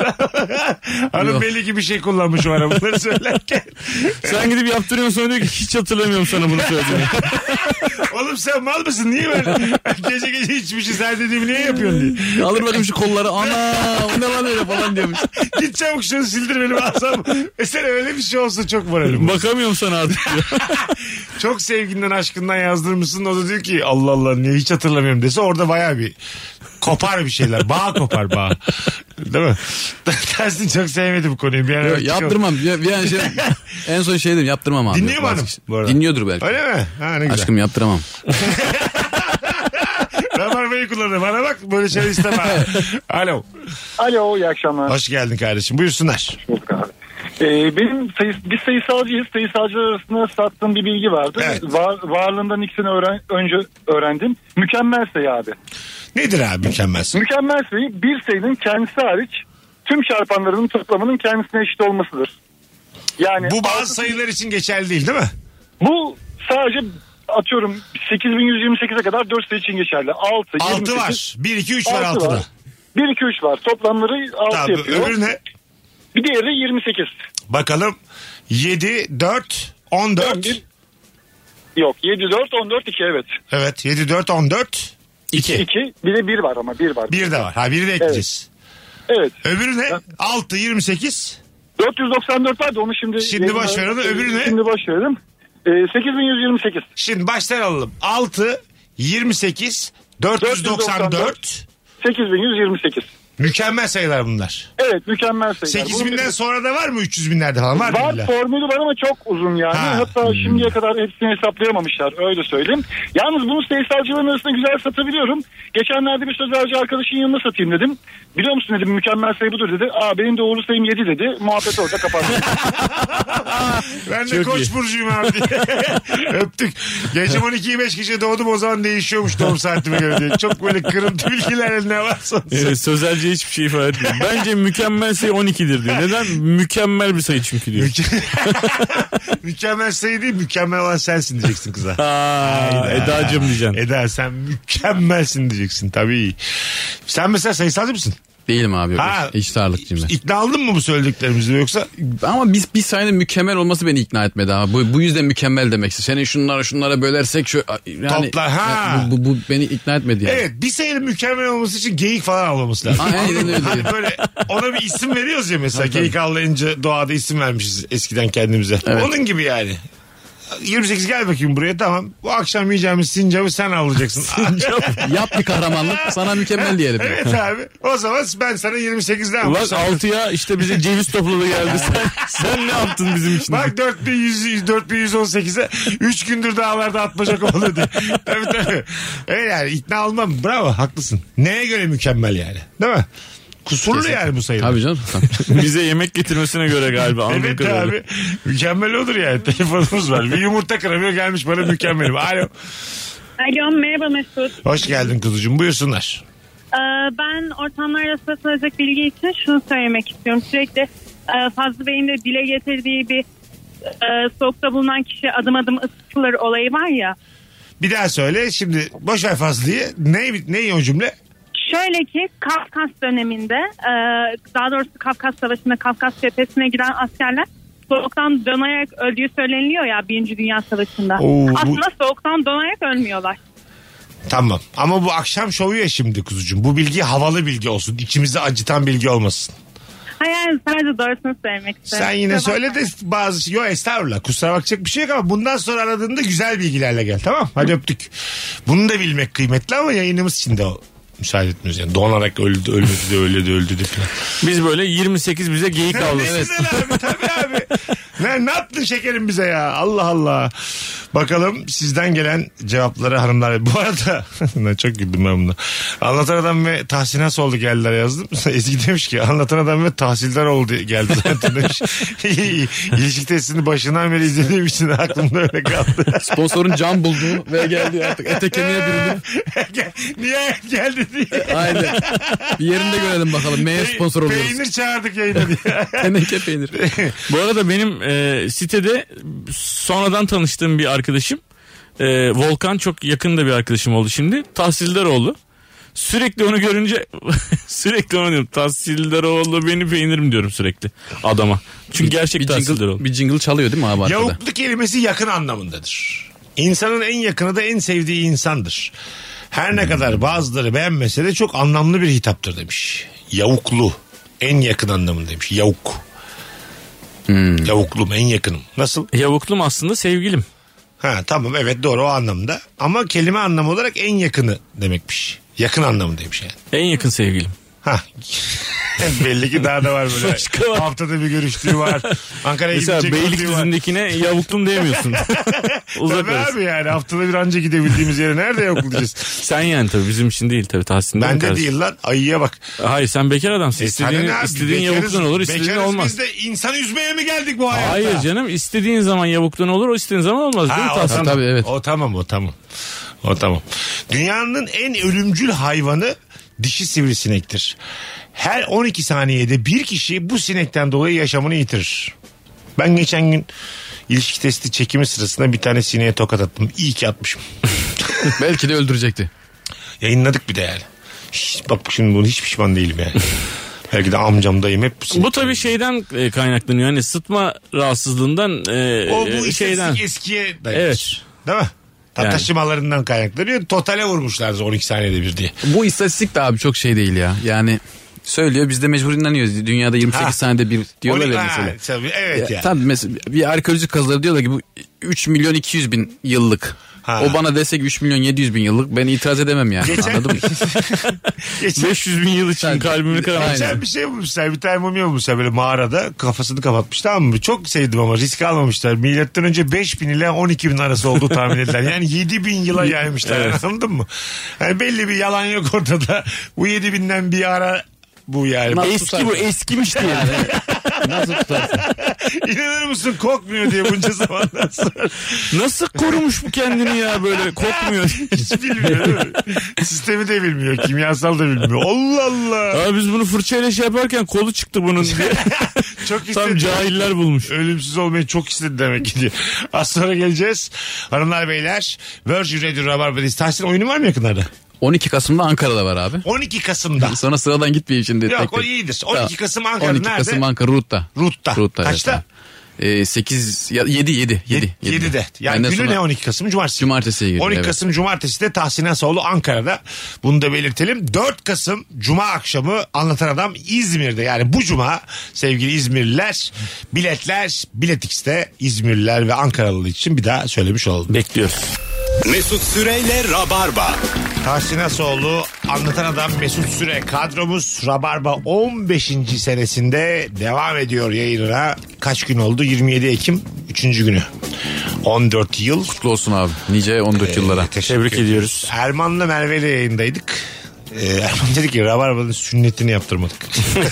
Hanım belli ki bir şey kullanmış o ara bunları söylerken. Sen gidip yaptırıyorsun sonra diyor ki hiç hatırlamıyorum sana bunu söylediğini. Oğlum sen mal mısın? Niye ben gece gece içmişiz her dediğimi niye yapıyorsun diye. Alır bakayım şu kolları. Ana o ne lan öyle falan diyormuş. Git çabuk şunu sil kesildir benim asam. Mesela öyle bir şey olsa çok moralim. Bakamıyorum sana artık diyor. Çok sevginden aşkından yazdırmışsın. O da diyor ki Allah Allah niye hiç hatırlamıyorum dese orada baya bir kopar bir şeyler. Bağ kopar bağ. Değil mi? Tersini çok sevmedim bu konuyu. Bir Yok, yaptırmam. Bir, bir an şey, en son şey dedim yaptırmam abi. Dinliyor mu hanım bu arada? Dinliyordur belki. Öyle mi? Ha, ne güzel. Aşkım yaptıramam. Rabarbayı kullanır. Bana bak böyle şey istemem. Alo. Alo, iyi akşamlar. Hoş geldin kardeşim. Buyursunlar. Ee, benim sayı, biz sayısalcıyız. Sayısalcılar arasında sattığım bir bilgi vardı. Evet. Var, varlığından ikisini öğren, önce öğrendim. Mükemmel sayı abi. Nedir abi mükemmel sayı? Mükemmel sayı bir sayının kendisi hariç tüm çarpanlarının toplamının kendisine eşit olmasıdır. Yani bu bazı altı, sayılar için geçerli değil değil mi? Bu sadece atıyorum sekiz bin yüz yirmi sekize kadar dört sayı için geçerli. altı, altı yirmi sekiz, var. bir, iki, üç var altıda. Var. bir, iki, üç var. Toplamları altı tamam, yapıyor. Öbürü ne? Bir diğeri yirmi sekiz. Bakalım. yedi, dört, on dört. on bir. Yok yedi, dört, on dört, iki evet. Evet yedi, dört, on dört, iki. iki. Bir de bir var ama bir var. bir de var. Ha biri de ekleyeceğiz. Evet. Öbürü ne? altı, yirmi sekiz. dört yüz doksan dört vardı onu şimdi. Şimdi boş ver onu. Öbürü ne? Şimdi boş verelim. Ee, sekiz bin yüz yirmi sekiz. Şimdi baştan alalım. altı, yirmi sekiz, dört yüz doksan dört. sekiz bin yüz yirmi sekiz. Mükemmel sayılar bunlar. Evet mükemmel sayılar. sekiz binden sonra da var mı üç yüz binlerde falan var mı? Var formülü var ama çok uzun yani. Ha. Hatta hmm. şimdiye kadar hepsini hesaplayamamışlar öyle söyleyeyim. Yalnız bunu sayısalcıların arasında güzel satabiliyorum. Geçenlerde bir sözelci arkadaşın yanına satayım dedim. Biliyor musun dedim mükemmel sayı budur dedi. Aa benim doğru sayım yedi dedi. Muhabbet orada kapandı. Ben de çok Koç iyi. burcuyum abi diye. Öptük. Gece on ikiyi beş gece doğdum o zaman değişiyormuş doğum saatime göre diye. Çok böyle kırıntı bilgiler ne varsa. Evet, sözelci hiçbir şey ifade etmiyor. Bence mükemmel sayı on ikidir diyor. Neden? Mükemmel bir sayı çünkü diyor. Mükemmel sayı değil mükemmel olan sensin diyeceksin kıza. Aa, Eda'cığım diyeceksin. Eda sen mükemmelsin diyeceksin tabii. Sen mesela sayısalcı mısın? Değilim abi. Yok. Ha, İçt ağırlıkçıyım ben. İkna aldın mı bu söylediklerimizde yoksa? Ama biz bir sayının mükemmel olması beni ikna etmedi abi. Bu, bu yüzden mükemmel demek istedim. Seni şunlara şunlara bölersek şu yani, toplar ha. Yani, bu, bu, bu beni ikna etmedi yani. Evet bir sayının mükemmel olması için geyik falan avlaması lazım. Aynen öyle. Hani böyle ona bir isim veriyoruz ya mesela. Geyik avlayınca doğada isim vermişiz eskiden kendimize. Evet. Onun gibi yani. yirmi sekiz gel bakayım buraya tamam. Bu akşam yiyeceğimiz sincabı sen avlayacaksın. Yap bir kahramanlık sana mükemmel diyelim. Evet abi. O zaman ben sana yirmi sekizden bak altıya işte bize ceviz topladı geldi. Sen, sen ne yaptın bizim için? Bak dört bin yüz, dört bin yüz on sekize üç gündür dağlarda atmaca kovaladı. Tabii tabii. Evet yani ikna olmam. Bravo haklısın. Neye göre mükemmel yani? Değil mi? Kusurlu kesin. Yani bu sayılar. Tabii canım. Bize yemek getirmesine göre galiba. Evet kadarıyla. Abi. Mükemmel olur yani. Telefonumuz var. Bir yumurta kıramıyor gelmiş bana mükemmelim. Alo. Alo merhaba Mesut. Hoş geldin kuzucuğum. Buyursunlar. Ee, ben ortamlarda satılacak bilgi için şunu söylemek istiyorum. Sürekli e, Fazlı Bey'in de dile getirdiği bir e, soğukta bulunan kişi adım adım ısıtılır olayı var ya. Bir daha söyle. Şimdi boş ver Fazlı'yı. Ne, ne o cümle? Şöyle ki Kafkas döneminde daha doğrusu Kafkas Savaşı'nda Kafkas cephesine giden askerler soğuktan donarak öldüğü söyleniliyor ya Birinci Dünya Savaşı'nda. Oo, aslında bu... soğuktan donarak ölmüyorlar. Tamam ama bu akşam şovu ya şimdi kuzucuğum. Bu bilgi havalı bilgi olsun. İçimizi acıtan bilgi olmasın. Hayır sadece doğrusunu söylemek istedim. Sen yine kusura söyle de bazı şey. Yok estağfurullah kusura bakacak bir şey yok ama bundan sonra aradığında güzel bilgilerle gel tamam. Hadi öptük. Bunu da bilmek kıymetli ama yayınımız içinde o. Müsaade etmiyoruz yani. Donarak öldü, ölmedi de öldü de öldü de falan. Biz böyle yirmi sekiz bize geyik aldık. Ne güzel abi tabii abi. Ne, ne yaptın şekerim bize ya? Allah Allah. Bakalım sizden gelen cevapları hanımlar. Bu arada çok güldüm ben buna. Anlatan adam ve Tahsin Hasoğlu geldiler yazdım. Ezgi demiş ki anlatan adam ve tahsildar oldu geldi zaten demiş. İlişki testini başından beri izlediğim için aklımda öyle kaldı. Sponsorun can buldu ve geldi artık ete kemiğe büründü. Niye geldi diye. Aynen. Bir yerinde görelim bakalım. Neye sponsor oluyoruz? Peynir çağırdık yayına diye. Teneke peynir. Bu arada benim e, sitede sonradan tanıştığım bir arkadaşım e, Volkan çok yakında bir arkadaşım oldu şimdi. Tahsildaroğlu. Sürekli onu görünce sürekli onu diyorum. Tahsildaroğlu beni peynirim diyorum sürekli adama. Çünkü bir, gerçek bir Tahsildaroğlu. Jingle, bir jingle çalıyor değil mi abi arkada? Yavukluk kelimesi yakın anlamındadır. İnsanın en yakını da en sevdiği insandır. Her ne kadar bazıları beğenmese de çok anlamlı bir hitaptır demiş. Yavuklu. En yakın anlamında demiş. Yavuk. Hmm. Yavuklum, en yakınım. Nasıl? Yavuklum aslında sevgilim. Ha tamam, evet doğru, o anlamda. Ama kelime anlamı olarak en yakını demekmiş. Yakın anlamındaymış yani. En yakın sevgilim. Ha. Belli ki daha da var böyle. Başka var. Haftada bir görüştüğü var. Ankara'ya mesela gidecek. Mesela Beylikdüzü'ndekine yavuklum diyemiyorsun. Uzak tabii abi, yani haftada bir anca gidebildiğimiz yere nerede yavuklum diyeceğiz? Sen yani tabii bizim için değil tabii, Tahsin'den. Ben de karşı. Değil lan, ayıya bak. Hayır, sen bekar adamsın. E, İstediğin, istediğin yavuklun olur, istediğin olmaz. Biz de insan üzmeye mi geldik bu hayatta? Hayır canım, istediğin zaman yavuklun olur, o istediğin zaman olmaz. Ha, değil mi o Tahsin? tamam. Tabii, evet. O tamam o tamam. O tamam. Dünyanın en ölümcül hayvanı dişi sivrisinektir. Her on iki saniyede bir kişi bu sinekten dolayı yaşamını yitirir. Ben geçen gün ilişki testi çekimi sırasında bir tane sineğe tokat attım. İyi ki atmışım. Belki de öldürecekti. Yayınladık bir de yani. Hiç, bak şimdi bunu hiç pişman değilim yani. Belki de amcam, dayım hep bu. Bu tabii şeyden e, kaynaklanıyor. Yani sıtma rahatsızlığından e, o bu şeyden. eskiye dayanır. Evet. Değil mi? Yani. Taşımalarından kaynaklanıyor. Totale vurmuşlardı on iki saniyede bir diye. Bu istatistik de abi çok şey değil ya. Yani söylüyor, biz de mecbur inanıyoruz. Dünyada yirmi sekiz ha. saniyede bir diyorlar ya mesela. Tabii, evet ya. ya. Tabii mesela bir arkeolojik kazıları diyorlar ki bu üç milyon iki yüz bin yıllık. Ha. O bana desek üç milyon yedi yüz bin yıllık, ben itiraz edemem yani. Geçen... Anladın mı? Geçen... beş yüz bin yıl için yani, kalbimi kıramam. Geçen bir şey bulmuşlar. Bir tane mumya bulmuşlar böyle mağarada. Kafasını kapatmış, tamam mı? Çok sevdim ama risk almamışlar. Milattan önce beş bin ile on iki bin arası olduğu tahmin edilen. Yani yedi bin yıla yaymışlar. Evet. Anladın mı? Yani belli bir yalan yok ortada. Bu yedi binden bir ara bu yani. Nasıl eski tutarsın? Bu eskimiş diye. Yani. Nasıl tutarsın? İnanır mısın, kokmuyor diye bunca zamandan sonra. Nasıl korumuş bu kendini ya, böyle kokmuyor. Hiç bilmiyor değil mi? Sistemi de bilmiyor, kimyasal da bilmiyor. Allah Allah. Abi biz bunu fırçayla şey yaparken kolu çıktı bunun diye. Çok istedi. Tam cahiller bulmuş. Ölümsüz olmayı çok istedi demek ki diye. Az sonra geleceğiz. Hanımlar beyler, Virgin Radio Rabarba'dayız. Tahsin, oyunu var mı yakınlarda? on iki Kasım'da Ankara'da var abi. on iki Kasım'da. Sonra sıradan gitmeyeyim şimdi. Yok tek tek. O iyidir. on iki Kasım Ankara on iki nerede? Kasım Ankara Rut'ta. Rut'ta. Rut'ta. Kaçta? Evet. Ee, sekiz yedi yedi yedi yedide. Yani Benden günü ne on iki Kasım? Cumartesi. Cumartesiye giriyor. on iki evet. Kasım Cumartesi de Tahsin Asoğlu Ankara'da. Bunu da belirtelim. dört Kasım Cuma akşamı Anlatan Adam İzmir'de. Yani bu Cuma sevgili İzmirliler, biletler Bilet X'te, İzmirliler ve Ankaralılar için bir daha söylemiş oldum. Bekliyoruz. Mesut Süreyle Rabarba. Tahsin Asoğlu, Anlatan Adam, Mesut Süre kadromuz. Rabarba on beşinci senesinde devam ediyor yayınına. Kaç gün oldu? yirmi yedi Ekim üçüncü günü. on dört yıl. Kutlu olsun abi. Nice on dört ee, yıllara. Tebrik ediyoruz. Erman'la Merve ile yayındaydık. Ee, Erman dedi ki Rabarba'nın sünnetini yaptırmadık.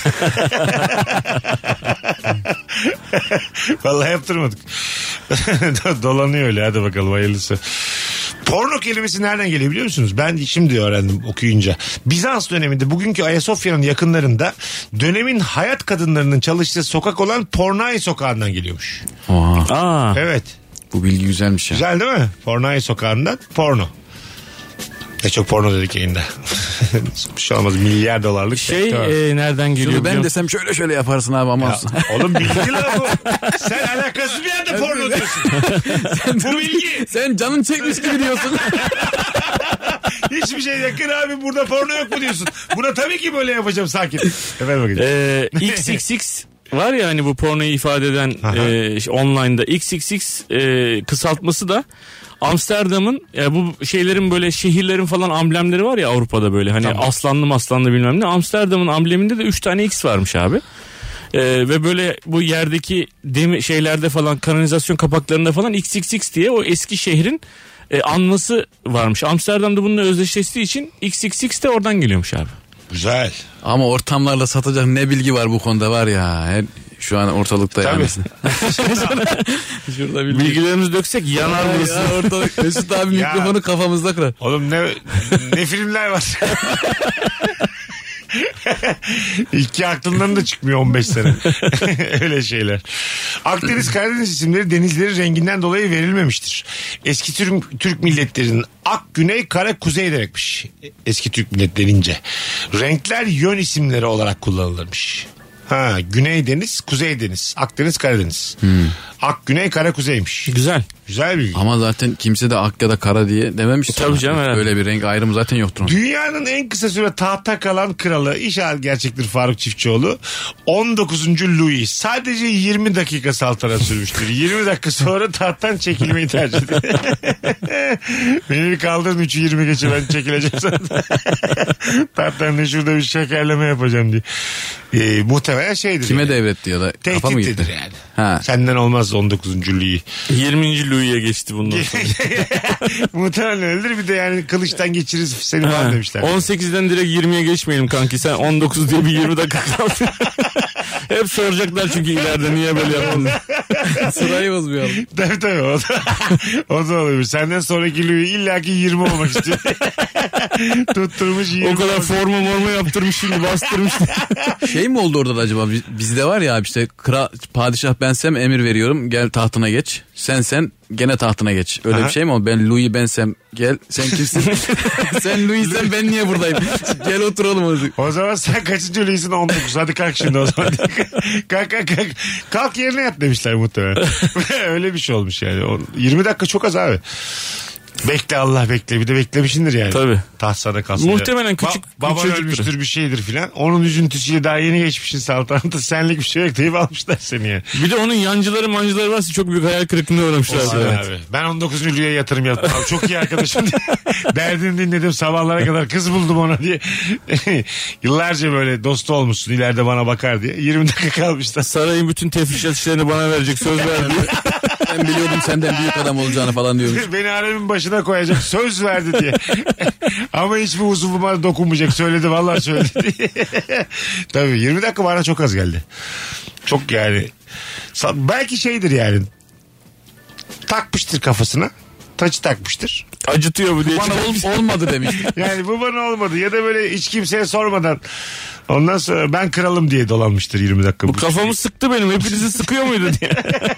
Vallahi yaptırmadık. Dolanıyor öyle, hadi bakalım hayırlısı. Porno kelimesi nereden geliyor biliyor musunuz? Ben şimdi öğrendim okuyunca. Bizans döneminde bugünkü Ayasofya'nın yakınlarında dönemin hayat kadınlarının çalıştığı sokak olan Pornai sokağından geliyormuş. Aa. Aa. Evet. Bu bilgi güzelmiş ya. Güzel değil mi? Pornai sokağından porno. Ne çok porno dedik yayında. Bir şey olmaz, milyar dolarlık. Şey e, nereden geliyor? Şunu ben desem şöyle şöyle yaparsın abi ama olsun. Oğlum bilgi lan bu. Sen alakasız bir yerde porno diyorsun. Sen, bu bilgi. Sen canın çekmiş gibi diyorsun. Hiçbir şey yakın abi, burada porno yok mu diyorsun. Buna tabii ki böyle yapacağım, sakin. Efendim bakayım. Ee, X X X var ya hani bu pornoyu ifade eden e, online'da X X X e, kısaltması da Amsterdam'ın ya bu şeylerin böyle şehirlerin falan amblemleri var ya Avrupa'da böyle hani tamam. aslanlı maslanlı bilmem ne. Amsterdam'ın ambleminde de üç tane X varmış abi. Ee, ve böyle bu yerdeki demi şeylerde falan kanalizasyon kapaklarında falan X X X diye o eski şehrin e, anması varmış. Amsterdam'da bununla özdeşleştiği için X X X de oradan geliyormuş abi. Güzel. Ama ortamlarla satacak ne bilgi var bu konuda var ya. Her, şu an ortalıkta tabii. Yani. Şurada bilgi. Bilgilerimizi döksek yanar burası. Ya, ortalık. Mesut abi mikrofonu kafamızda kırar. Oğlum ne ne filmler var. İki aklından da çıkmıyor on beş sene. Öyle şeyler. Akdeniz Karadeniz isimleri denizleri renginden dolayı verilmemiştir. Eski Türk, Türk milletlerinin ak, güney, kara, kuzey demekmiş. Eski Türk milletlerince. Renkler yön isimleri olarak kullanılırmış. Ha, Güney Deniz, Kuzey Deniz, Akdeniz, Karadeniz. Hmm. Ak güney kara kuzeymiş. Güzel. Güzel bilgi. Ama zaten kimse de ak ya da kara diye dememiş. Tabii canım. Herhalde. Öyle bir renk ayrımı zaten yoktur onun. Dünyanın en kısa süre tahtta kalan kralı, inşallah gerçektir Faruk Çiftçioğlu, on dokuzuncu Louis sadece yirmi dakika saltanat sürmüştür. yirmi dakika sonra tahttan çekilmeyi tercih ediyor. Beni bir kaldırın üçü yirmi geçe ben çekileceğim sana. Tahttan ne şurada bir şekerleme yapacağım diye. Ee, muhtemelen şeydir. Kime yani. devretti ya da kafa mı gitti? Tehditlidir yani. Ha. Senden olmaz on dokuzuncu Louis. yirminci Louis'e geçti bundan sonra. Muhtemelen öyledir. Bir de yani kılıçtan geçiririz seni falan demişler. on sekizden direkt yirmiye geçmeyelim kanki. Sen on dokuz diye bir yirmi dakika kaldın. Hep soracaklar çünkü ileride niye böyle yaptın. Sırayı bozmayalım. Tabii tabii o da, o da olabilir. Senden sonraki Louis illaki yirmi olmak istiyor. Tutturmuş yirmi. O kadar forma morma yaptırmış şimdi bastırmış. Şey mi oldu orada da acaba? Bizde var ya işte kral, padişah bensem emir veriyorum gel tahtına geç. Sen sen gene tahtına geç. Öyle Aha. bir şey mi oldu? Ben Louis bensem gel sen kimsin? Sen Louis sen ben niye buradayım? Gel oturalım. O zaman sen kaçıncı Louis'in on dokuz? Hadi kalk şimdi o zaman. kalk kalk kalk. Kalk yerine yat demişler muhtemelen. Öyle bir şey olmuş yani. yirmi dakika çok az abi. Bekle Allah bekle. Bir de beklemişindir yani. Tabii. Taht sana kalsın. Muhtemelen küçük ba- baban çocuktur. ölmüştür bir şeydir filan. Onun üzüntüsüyle daha yeni geçmişsin saltanatı. Senlik bir şey yok deyip almışlar seni yani. Bir de onun yancıları mancıları varsa çok büyük hayal kırıklığına uğramışlar. Evet. Abi. Ben on dokuzuncu Louis'e yatırım yaptım. Abi, çok iyi arkadaşım diye. Derdini dinledim sabahlara kadar. Kız buldum ona diye. Yıllarca böyle dostu olmuşsun. İleride bana bakar diye. yirmi dakika kalmışlar. Sarayın bütün tefrişat işlerini bana verecek söz verdi. Ben biliyordum senden büyük adam olacağını falan diyormuş. Beni alemin başına koyacak söz verdi diye. Ama hiçbir uzuvuma dokunmayacak söyledi vallahi söyledi diye. Tabii yirmi dakika bana çok az geldi. Çok yani. Belki şeydir yani. Takmıştır kafasına. Taçı takmıştır. Acıtıyor bu diye. Bana ol, olmadı demiş. Yani bu bana olmadı. Ya da böyle hiç kimseye sormadan ondan sonra ben kralım diye dolanmıştır yirmi dakika. Bu kafamı sıktı benim. Hepinizi sıkıyor muydu diye.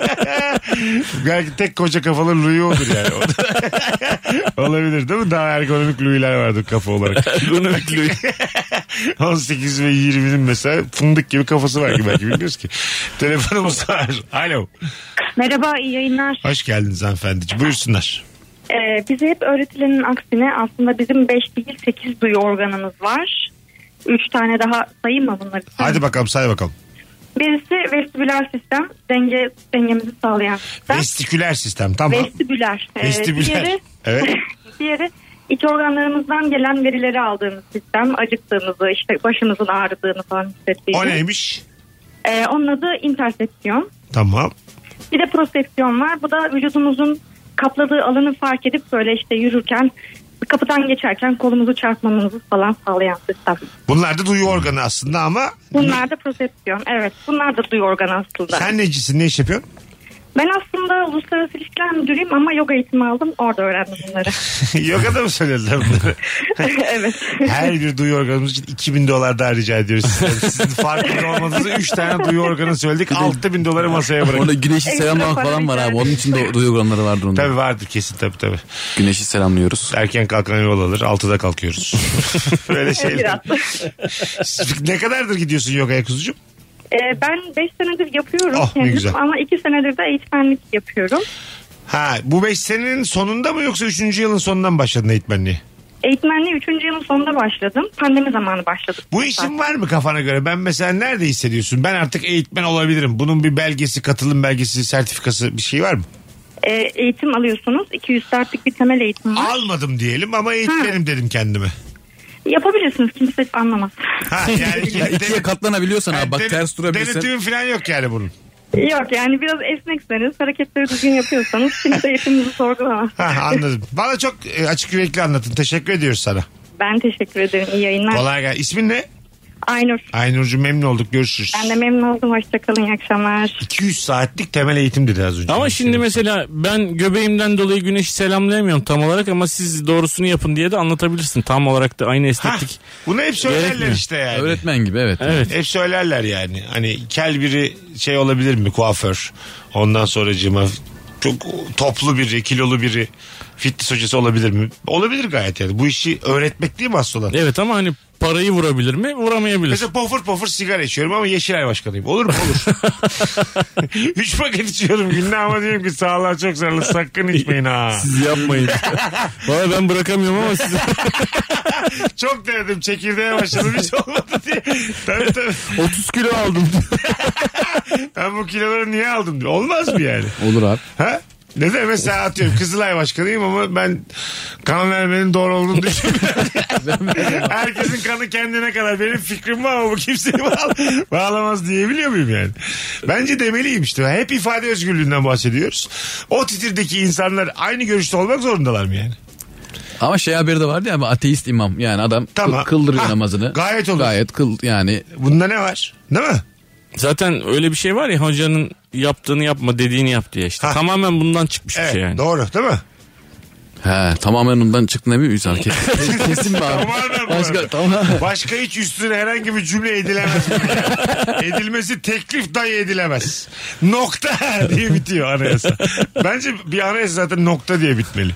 Belki tek koca kafalı Louis odur yani. O da olabilir değil mi? Daha ergonomik Louis'ler vardır kafa olarak. Ergonomik Louis. on sekiz ve yirminin mesela fındık gibi kafası var ki belki bilmiyoruz ki. Telefonumuz var. Alo. Merhaba, iyi yayınlar. Hoş geldiniz hanımefendiciğim. Buyursunlar. Ee, bize hep öğretilenin aksine aslında bizim beş değil sekiz duyu organımız var. üç tane daha sayayım mı bunları? Hadi bakalım say bakalım. Birisi vestibüler sistem, denge dengemizi sağlayan sistem. Vestiküler sistem tamam. Vestibüler. Ee, Vestibüler. Diğeri, Evet. diğeri iç organlarımızdan gelen verileri aldığımız sistem. Acıktığımızı, işte başımızın ağrıdığını falan hissettiğimiz. O neymiş? Ee, onun adı intersepsiyon. Tamam. Bir de prosepsiyon var. Bu da vücudumuzun kapladığı alanı fark edip böyle işte yürürken, kapıdan geçerken kolumuzu çarpmamamızı falan sağlayan sistem. Bunlar da duyu organı aslında ama... Bunlar da prosepsiyon. Evet. Bunlar da duyu organı aslında. Sen necisin? Ne iş yapıyorsun? Ben aslında uluslararası ilişkiler müdürüyüm ama yoga eğitimi aldım. Orada öğrendim bunları. Yogada mı söylediler bunları? Evet. Her bir duyu organımız için iki bin dolar daha rica ediyoruz sizden. Sizin farkında olmadığınızı üç tane duyu organı söyledik. altı bin doları masaya bırakın. Orada güneşi selamlamak falan var abi. Onun için de duyu organları vardır onda. Tabii vardır kesin tabii tabii. Güneşi selamlıyoruz. Erken kalkan yol alır. altıda kalkıyoruz. Böyle şeyler. Ne kadardır gidiyorsun yogaya kuzucuğum? Ee, ben beş senedir yapıyorum Oh, ne kendim güzel. ama iki senedir de eğitmenlik yapıyorum. Ha, bu beş senenin sonunda mı yoksa üçüncü yılın sonundan mı başladın eğitmenliği? Eğitmenliği üçüncü yılın sonunda başladım. Pandemi zamanı başladım. Bu işin var mı kafana göre? Ben mesela nerede hissediyorsun? Ben artık eğitmen olabilirim. Bunun bir belgesi, katılım belgesi, sertifikası bir şey var mı? Ee, eğitim alıyorsunuz. iki yüz saatlik bir temel eğitim var. Almadım diyelim ama eğitmenim dedim kendime. Yapabilirsiniz, kimse anlamaz. Ha, yani Ya ikiye katlanabiliyorsan abi bak den- ters durabilirsen. Denetimin falan yok yani bunun. Yok yani biraz esnekseniz, hareketleri düzgün yapıyorsanız kimse eğitiminizi sorgulamaz. Ha, anladım. Bana çok e, açık yürekli anlatın. Teşekkür ediyoruz sana. Ben teşekkür ederim. İyi yayınlar. Kolay gelsin. İsmin ne? Aynur. Aynurcuğum memnun olduk. Görüşürüz. Ben de memnun oldum. Hoşçakalın. İyi akşamlar. iki yüz saatlik temel eğitim dedi az önce. Ama şimdi mesela ben göbeğimden dolayı güneşi selamlayamıyorum tam olarak ama siz doğrusunu yapın diye de anlatabilirsin. Tam olarak da aynı esneklik. Bunu hep söylerler gerekmiyor. işte yani. Öğretmen gibi evet. Evet. Hep söylerler yani. Hani kel biri şey olabilir mi? Kuaför. Ondan sonracığıma çok toplu biri, kilolu biri fitness hocası olabilir mi? Olabilir gayet yani. Bu işi öğretmek değil mi asıl olan? Evet ama hani parayı vurabilir mi? Vuramayabilir. Mesela pofur pofur sigara içiyorum ama Yeşilay başkanıyım. Olur mu? Olur. Üç paket içiyorum günde ama diyorum ki sağlığa çok zararlı. Sakın içmeyin ha. Siz yapmayın. Valla ben bırakamıyorum ama siz... Çok denedim. Çekirdeğe başladım. Hiç olmadı diye. Tabii tabii. otuz kilo aldım. Ben bu kiloları niye aldım diyor. Olmaz mı yani? Olur abi. Ha? Ne de mesela atıyorum Kızılay başkanıyım ama ben kan vermenin doğru olduğunu düşünmüyorum. Herkesin kanı kendine kadar. Benim fikrim var ama bu kimseyi bağ- bağlamaz diyebiliyor muyum yani? Bence demeliyim işte. Hep ifade özgürlüğünden bahsediyoruz. O titirdeki insanlar aynı görüşte olmak zorundalar mı yani? Ama şey haberi de vardı ya, ateist imam. Yani adam Tamam. kı- kıldırıyor Ha, namazını. gayet olur. Gayet kıl yani. Bunda ne var? Değil mi? Zaten öyle bir şey var ya, hocanın yaptığını yapma dediğini yap diye işte. Ha. Tamamen bundan çıkmış Evet, bir şey yani. doğru değil mi? He, tamamen ondan çıktığına emin miyiz abi? Kesin, kesin mi abi? Tamamen bu Başka, arada. tamam. Başka hiç üstüne herhangi bir cümle edilemez. Yani. Edilmesi teklif dahi edilemez. Nokta diye bitiyor anayasa. Bence bir anayasa zaten nokta diye bitmeli.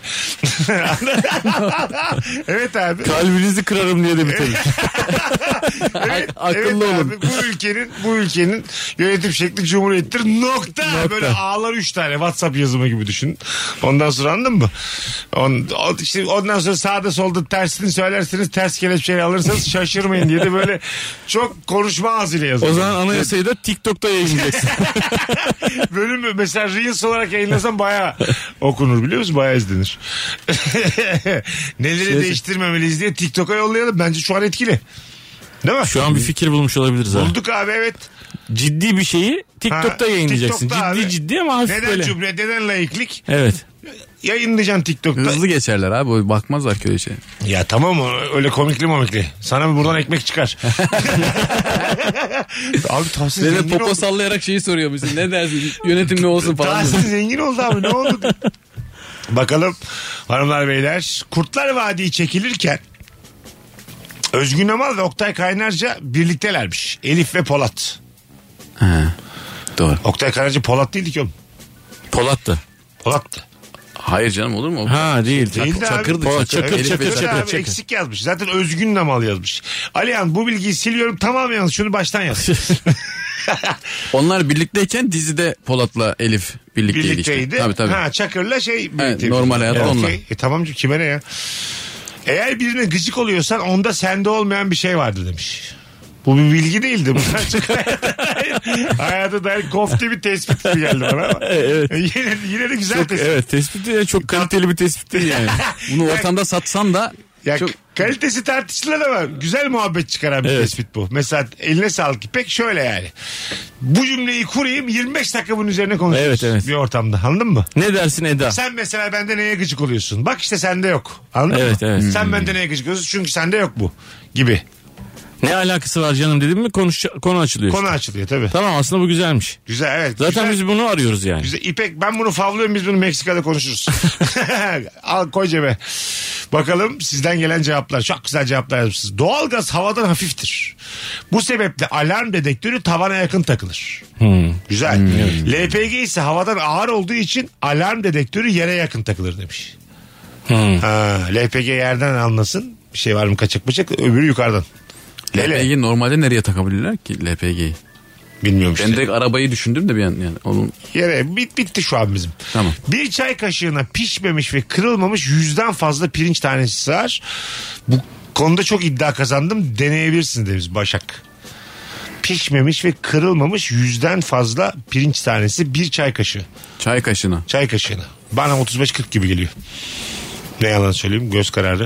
Evet abi. Kalbinizi kırarım diye de bitelim. Evet, Akıllı evet olun. abi, bu ülkenin bu ülkenin yönetim şekli cumhuriyettir. Nokta. Nokta. Böyle ağlar üç tane WhatsApp yazımı gibi düşün. Ondan sonra anladın mı? On, o, işte ondan sonra sağda solda tersini söylersiniz, ters kelepçeyi alırsanız şaşırmayın diye de böyle çok konuşma ağzıyla yazıyor. O zaman anayasayı da TikTok'ta yayınlayacaksın. Bölümü mesela Reels olarak yayınlasam bayağı okunur biliyor musun? Bayağı izlenir. Neleri Şey- değiştirmemeliyiz diye TikTok'a yollayalım. Bence şu an etkili. Değil mi? Şu an bir fikir bulmuş olabiliriz abi. Bulduk abi, evet. Ciddi bir şeyi TikTok'ta Ha, yayınlayacaksın. TikTok'ta ciddi abi. ciddi ama hafif Neden böyle. cumhuriyet, neden laiklik? Evet. Yayınlayacaksın TikTok'ta. Hızlı geçerler abi. O bakmazlar ki öyle şey. Ya tamam mı? Öyle komikli momikli. Sana buradan ekmek çıkar. Abi Tahsin Senin zengin popo oldu. sallayarak şeyi soruyor musun? Ne dersin? Yönetim ne olsun falan. Tahsin zengin oldu abi, ne oldu? Bakalım hanımlar beyler. Kurtlar Vadisi çekilirken Özgün Amal ve Oktay Kaynarca birliktelermiş. Elif ve Polat. He, doğru. Oktay Kaynarca Polat değildi ki oğlum. Polat'tı. Polat'tı. Hayır canım, olur mu? Ha değil. Değildi abi. Çakırdı, Polat, çakır. çakır, Evet, çakır, evet çakır, abi, çakır. eksik yazmış. Zaten Özgün Amal yazmış. Alihan bu bilgiyi siliyorum, tamamen yanlış. Şunu baştan yaz. Onlar birlikteyken dizide Polat'la Elif birlikteydi, Birlikteydi. işte. Tabii tabii. Ha, Çakır'la şey birlikte. normal hayatta Evet, onlar. okey. E tamam kime ne ya? Eğer birine gıcık oluyorsan onda sende olmayan bir şey vardı demiş. Bu bir bilgi değildi. Bu çok hayata dair, hayata dair kofte bir tespit gibi geldi bana ama. Evet. Yine, yine de güzel Çok, tespit. evet tespit de çok kaliteli bir tespit değil yani. Bunu ortamda satsan da Ya çok... kalitesi tartışılır ama güzel muhabbet çıkaran bir Evet. tespit bu. Mesela eline sağlık İpek, şöyle yani. Bu cümleyi kurayım, yirmi beş dakika bunun üzerine konuşuruz. Evet, evet. Bir ortamda, anladın mı? Ne dersin Eda? Sen mesela bende neye gıcık oluyorsun? Bak işte sende yok. Anladın Evet, mı? evet. Sen bende neye gıcık oluyorsun? Çünkü sende yok bu gibi. Ne alakası var canım dedim mi konuş, konu açılıyor. Konu işte. açılıyor tabii. Tamam, aslında bu güzelmiş. Güzel, evet. Zaten güzel. biz bunu arıyoruz yani. Güzel. İpek, ben bunu favlıyorum, biz bunu Meksika'da konuşuruz. Al koy cebe. Bakalım sizden gelen cevaplar. Çok güzel cevaplar yazmışsınız. Doğalgaz havadan hafiftir. Bu sebeple alarm dedektörü tavana yakın takılır. Hmm. Güzel. L P G ise havadan ağır olduğu için alarm dedektörü yere yakın takılır demiş. Hmm. Ha, L P G yerden anlasın. Bir şey var mı kaçak bıçak, öbürü yukarıdan. L P G normalde nereye takabilirler ki L P G'yi? Bilmiyorum işte. Ben direkt arabayı düşündüm de bir an yani. Onun... Yere bit, bitti şu an bizim. Tamam. Bir çay kaşığına pişmemiş ve kırılmamış yüzden fazla pirinç tanesi sığar. Bu konuda çok iddia kazandım. Deneyebilirsiniz demiş Başak. Pişmemiş ve kırılmamış yüzden fazla pirinç tanesi bir çay kaşığı. Çay kaşığına. Çay kaşığına. Bana otuz beş kırk gibi geliyor. Ne yalan söyleyeyim, göz kararı.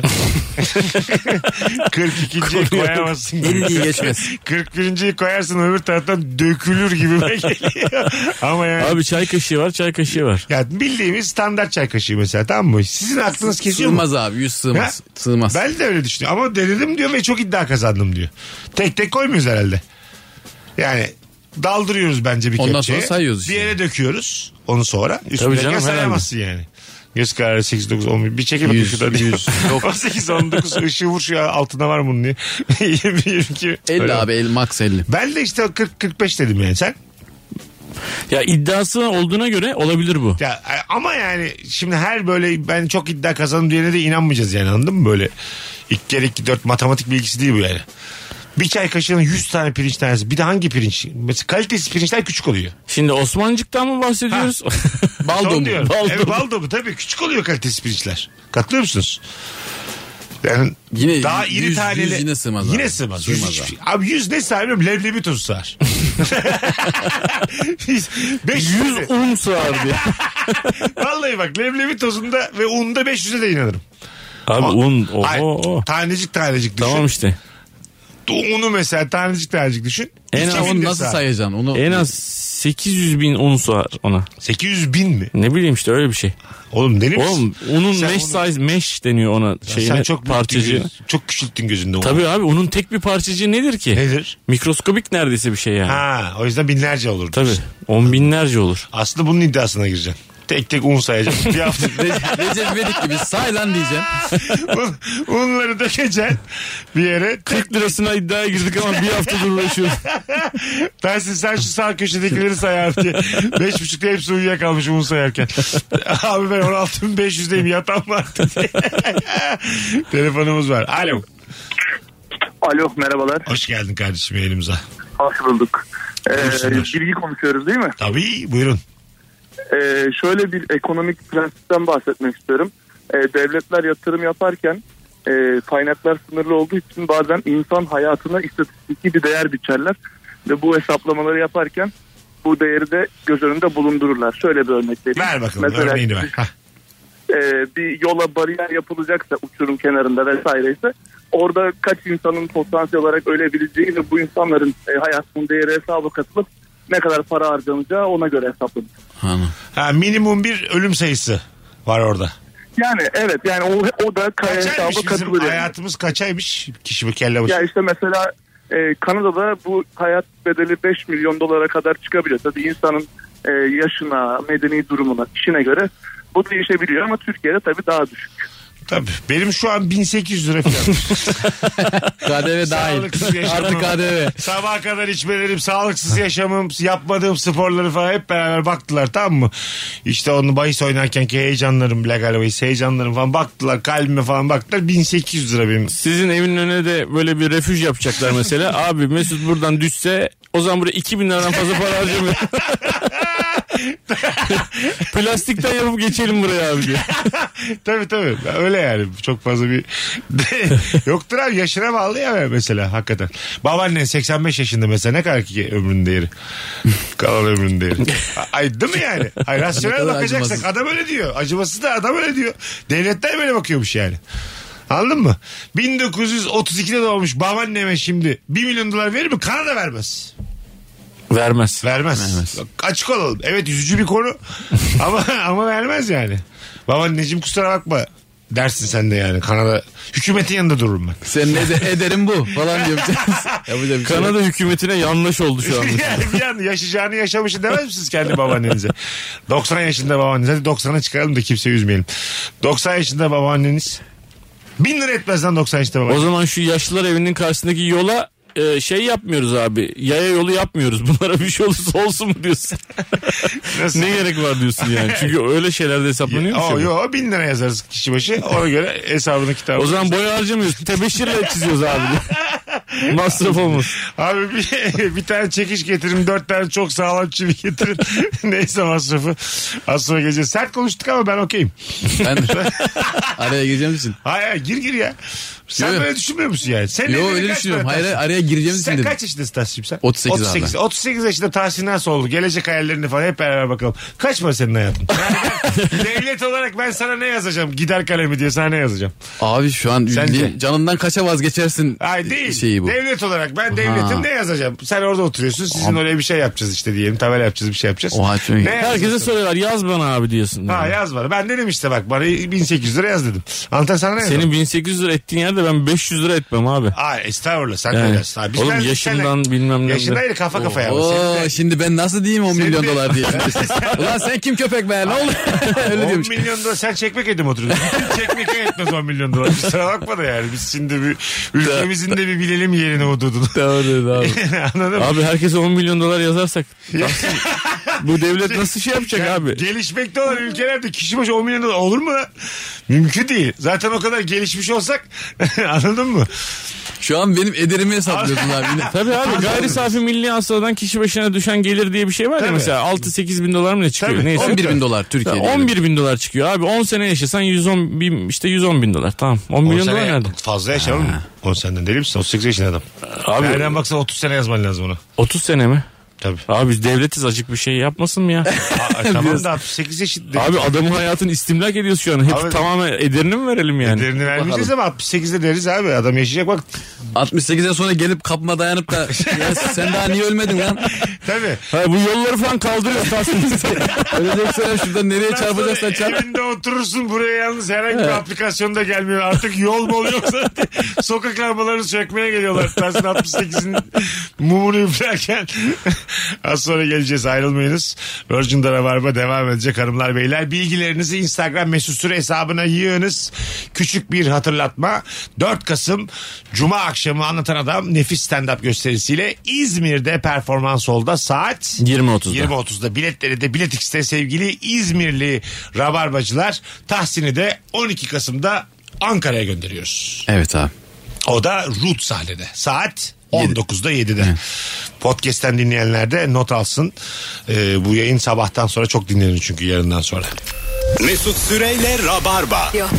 kırk ikinciyi koyamazsın. elliyi geçmez. kırk birinciyi koyarsın, öbür taraftan dökülür gibi geliyor. Ama yani. Abi çay kaşığı var, çay kaşığı var. Ya bildiğimiz standart çay kaşığı mesela, tamam mı? Sizin aklınız kesiyor mu? Sığmaz abi, yüz sığmaz. Ha? Sığmaz. Ben de öyle düşünüyorum ama denedim diyor ve çok iddia kazandım diyor. Tek tek koymuyoruz herhalde. Yani daldırıyoruz bence bir Ondan kepçeye. sonra sayıyoruz Bir işte. yere döküyoruz onu sonra. Tabii Üstündeyken canım, sayamazsın yani. Göz kararı sekiz dokuz on bir. Bir çekil bakayım Yüz, şurada. yüz. on sekiz on dokuz ışığı vur şu ya, altında var bunun diye. yirmi yirmi iki. elli Öyle. abi, el, max elli. Ben de işte kırk kırk beş dedim yani, sen? Ya iddiası olduğuna göre olabilir bu. Ya ama yani şimdi her böyle ben çok iddia kazandım diyene de inanmayacağız yani, anladın mı? Böyle iki kere iki dört matematik bilgisi değil bu yani. Bir çay kaşığının yüz tane pirinç tanesi. Bir de hangi pirinç? Mesela kalitesiz pirinçler küçük oluyor. Şimdi Osmancık'tan mı bahsediyoruz? Baldo mu? Baldo. Evet, baldo mu? Tabii küçük oluyor kalitesiz pirinçler. Katlıyor musunuz? Yani yine daha iri yüz, taneli. yüz yine sığmaz. Yine abi. sığmaz. Sığmaz Yüz, abi yüz ne sığar? Leblebi tozu sığar. yüz un sığar diye. Vallahi bak leblebi tozunda ve ununda beş yüze de inanırım. Abi Ama, un. Oho, ay, oho. tanecik tanecik düşün. Tamam işte. Unu mesela tanecik tanecik düşün. En az onu nasıl sığar. Sayacaksın? Onu... En az sekiz yüz bin un sığar ona. sekiz yüz bin mi? Ne bileyim işte öyle bir şey. Oğlum deli misin? Oğlum unun Sen mesh onu... size mesh deniyor ona şeyine, sen çok parçacığı. Çok küçülttün gözünde onu. Tabii abi unun tek bir parçacığı nedir ki? Nedir? Mikroskobik neredeyse bir şey yani. Ha, o yüzden binlerce olur. Tabii. On binlerce olur. Aslında bunun iddiasına gireceksin. Tek tek un sayacağım. Bir hafta. Recep İvedik gibi say lan diyeceksin. Un, unları dökeceksin bir yere. kırk lirasına iddiaya girdik ama bir haftadır uğraşıyoruz. Dersin sen şu sağ köşedekileri say abi diye. Beş buçukta hepsi uyuyakalmış un sayarken. Abi ben on altı bin beş yüzdeyim yatan vardı diye. Telefonumuz var. Alo. Alo, merhabalar. Hoş geldin kardeşim elimize. Hoş bulduk. Ee, bilgi konuşuyoruz değil mi? Tabii, buyurun. Ee, şöyle bir ekonomik prensipten bahsetmek istiyorum. Ee, devletler yatırım yaparken e, kaynaklar sınırlı olduğu için bazen insan hayatına istatistiki bir değer biçerler. Ve bu hesaplamaları yaparken bu değeri de göz önünde bulundururlar. Şöyle bir örnek vereyim. Ver bakalım, mesela, örneğini ver. E, bir yola bariyer yapılacaksa uçurum kenarında vesaireyse orada kaç insanın potansiyel olarak ölebileceği ve bu insanların e, hayatının değeri hesaba katılıp ne kadar para harcanacağı ona göre hesaplanır. Ha, minimum bir ölüm sayısı var orada. Yani evet, yani o, o da hesaba katılır. Yani. Hayatımız kaçaymış kişi bir kelle başı? Ya işte mesela e, Kanada'da bu hayat bedeli beş milyon dolara kadar çıkabiliyor. Tabii insanın e, yaşına, medeni durumuna, işine göre bu değişebiliyor ama Türkiye'de tabii daha düşük. Tabii. Benim şu an bin sekiz yüz lira falan. K D V dahil. Artık K D V. Sabaha kadar içmelerim, sağlıksız yaşamım, yapmadığım sporları falan hep beraber baktılar, tamam mı? İşte onu bahis oynarkenki heyecanlarım, legal bahis heyecanlarım falan baktılar, kalbime falan baktılar. bin sekiz yüz lira benim. Sizin evin önüne de böyle bir refüj yapacaklar mesela. Abi Mesut buradan düşse o zaman buraya iki bin liradan fazla para harcamıyor. Plastikten yapıp geçelim buraya abi diye. Tabii tabii. Öyle yani. Çok fazla bir yoktur abi. Yaşına bağlı ya mesela hakikaten. Babaannen seksen beş yaşında mesela, ne kadar ki ömrünün değeri. Kalan ömrünün değeri. Ay değil mi yani? Hayır, rasyonel bakacaksak acımasız. Adam öyle diyor. Acımasız da adam öyle diyor. Devletler böyle bakıyormuş yani. Anladın mı? bin dokuz yüz otuz ikide doğmuş babaanneme şimdi bir milyon dolar verir mi? Kanada vermez. Vermez. Vermez. Vermez. Açık olalım. Evet, üzücü bir konu ama ama vermez yani. Babaanneciğim kusura bakma dersin sen de yani. Kanada hükümetin yanında dururum ben. Senin ed- ederim bu falan diyor. Şey Kanada hükümetine yanlış oldu şu anda. Yani bir an yaşayacağını yaşamışsın demez misiniz kendi babaannenize? doksan yaşında babaanneniz. Hadi doksana çıkaralım da kimseyi üzmeyelim. doksan yaşında babaanneniz. bin lira etmez lan doksan yaşında babaanneniz. O zaman şu yaşlılar evinin karşısındaki yola şey yapmıyoruz abi. Yaya yolu yapmıyoruz. Bunlara bir şey olursa olsun mu diyorsun? Ne gerek var diyorsun yani. Çünkü öyle şeylerde hesaplanıyor mu? Yok, bin lira yazarız kişi başı. Ona göre hesabını kitabını. O zaman boya harcamıyoruz. Tebeşirle çiziyoruz abi. Masraf olmaz. Abi bir, bir tane çekiş getirin, dört tane çok sağlam çivi getirin. Neyse masrafı. Az sonra geleceğiz. Sert konuştuk ama ben okeyim. Ben araya gireceğim için. Hayır gir gir ya. Sen Yok. böyle düşünmüyor musun yani? Sen Yok öyle düşünüyorum. Hayır araya gireceğim için sen dedim. Sen kaç yaşındasın Tahsin'cim sen? otuz sekiz, otuz sekiz, abi. otuz sekiz yaşında Tahsin nasıl oldu? Gelecek hayallerini falan hep beraber bakalım. Kaç var senin hayatın? Yani ben, devlet olarak ben sana ne yazacağım? Gider kalemi diye sana ne yazacağım? Abi şu an Sence? canından kaça vazgeçersin? Ay değil. Şeyi bu. Devlet olarak ben devletim ha. ne yazacağım? Sen orada oturuyorsun. Sizin abi. Oraya bir şey yapacağız işte diyelim. Tabela yapacağız, bir şey yapacağız. Herkese soruyorlar yaz bana abi diyorsun. Ha yani. Yaz bana. Ben dedim işte bak bana bin sekiz yüz lira yaz dedim. Anlatan sana ne yazalım? Senin bin sekiz yüz lira ettiğin yerde ben beş yüz lira etmem abi. Ay estağfurullah sen yani. de yaz. Abi, oğlum yaşından sen, bilmem ne. Yaşındaydı kafa kafaya. Oo, şimdi ben nasıl diyeyim on milyon de... dolar diye. Ulan sen kim köpek be ne oldu? on milyon dolar sen çekmek edim oturuyorsun. Çekmek etmez on milyon dolar. Kusura bakma da yani. Biz şimdi bir ülkemizin de bir bilelim benim yerine hududunu. Doğru abi. Anladın mı? Abi herkese on milyon dolar yazarsak bu devlet nasıl şey yapacak Yani abi? gelişmekte olan ülkelerde kişi başı on milyon dolar olur mu? Mümkün değil. Zaten o kadar gelişmiş olsak anladın mı? Şu an benim ederimi hesaplıyordun abi. Tabii abi gayri safi milli hasıladan kişi başına düşen gelir diye bir şey var ya, mesela altı sekiz bin dolar mı ne çıkıyor? Tabii. Neyse. on bir bin dolar Türkiye'de. on bir bin dolar çıkıyor abi, on sene yaşasan yüz on bin, işte yüz on bin dolar, tamam. on milyon dolar nerede? Fazla yaşamam mı? on seneden deli misin? otuz sekiz yaşında adam. Abi, nereden baksan otuz sene yazman lazım ona. otuz sene mi? Tabii. Abi biz devletiz, acık bir şey yapmasın mı ya? Aa, tamam da altmış sekiz yaşında. Abi adamın hayatını istimlak ediyoruz şu an. Hep Abi, tamamen ederini mi verelim yani? Ederini vermeyeceğiz ama altmış sekizde deriz abi. Adam yaşayacak bak. altmış sekizden sonra gelip kapıma dayanıp da ya sen daha niye ölmedin lan? Tabii. Ha, bu yolları falan kaldırıyoruz aslında. Öleceksen şuradan nereye Ondan çarpacaksan sonra çarp. evinde oturursun, buraya yalnız herhangi bir aplikasyon da gelmiyor. Artık yol mu oluyorsa sokak lambalarını sökmeye geliyorlar. Tersin altmış sekizin mumunu üflerken. Az sonra geleceğiz, ayrılmayınız. Virgin'de Rabarba devam edecek hanımlar beyler. Bilgilerinizi Instagram mesut süre hesabına yığınız. Küçük bir hatırlatma. dört Kasım Cuma akşamı Anlatan Adam nefis stand-up gösterisiyle İzmir'de Performans Hall'da saat yirmi otuzda. yirmi otuzda biletleri de Bilet X'te sevgili İzmirli Rabarbacılar. Tahsin'i de on iki Kasım'da Ankara'ya gönderiyoruz. Evet abi. O da Root sahnede. Saat on dokuzda yedide. Evet. Podcast'ten dinleyenler de not alsın. Ee, bu yayın sabahtan sonra çok dinlenir çünkü yarından sonra. Mesut Süreyle Rabarba. Yok.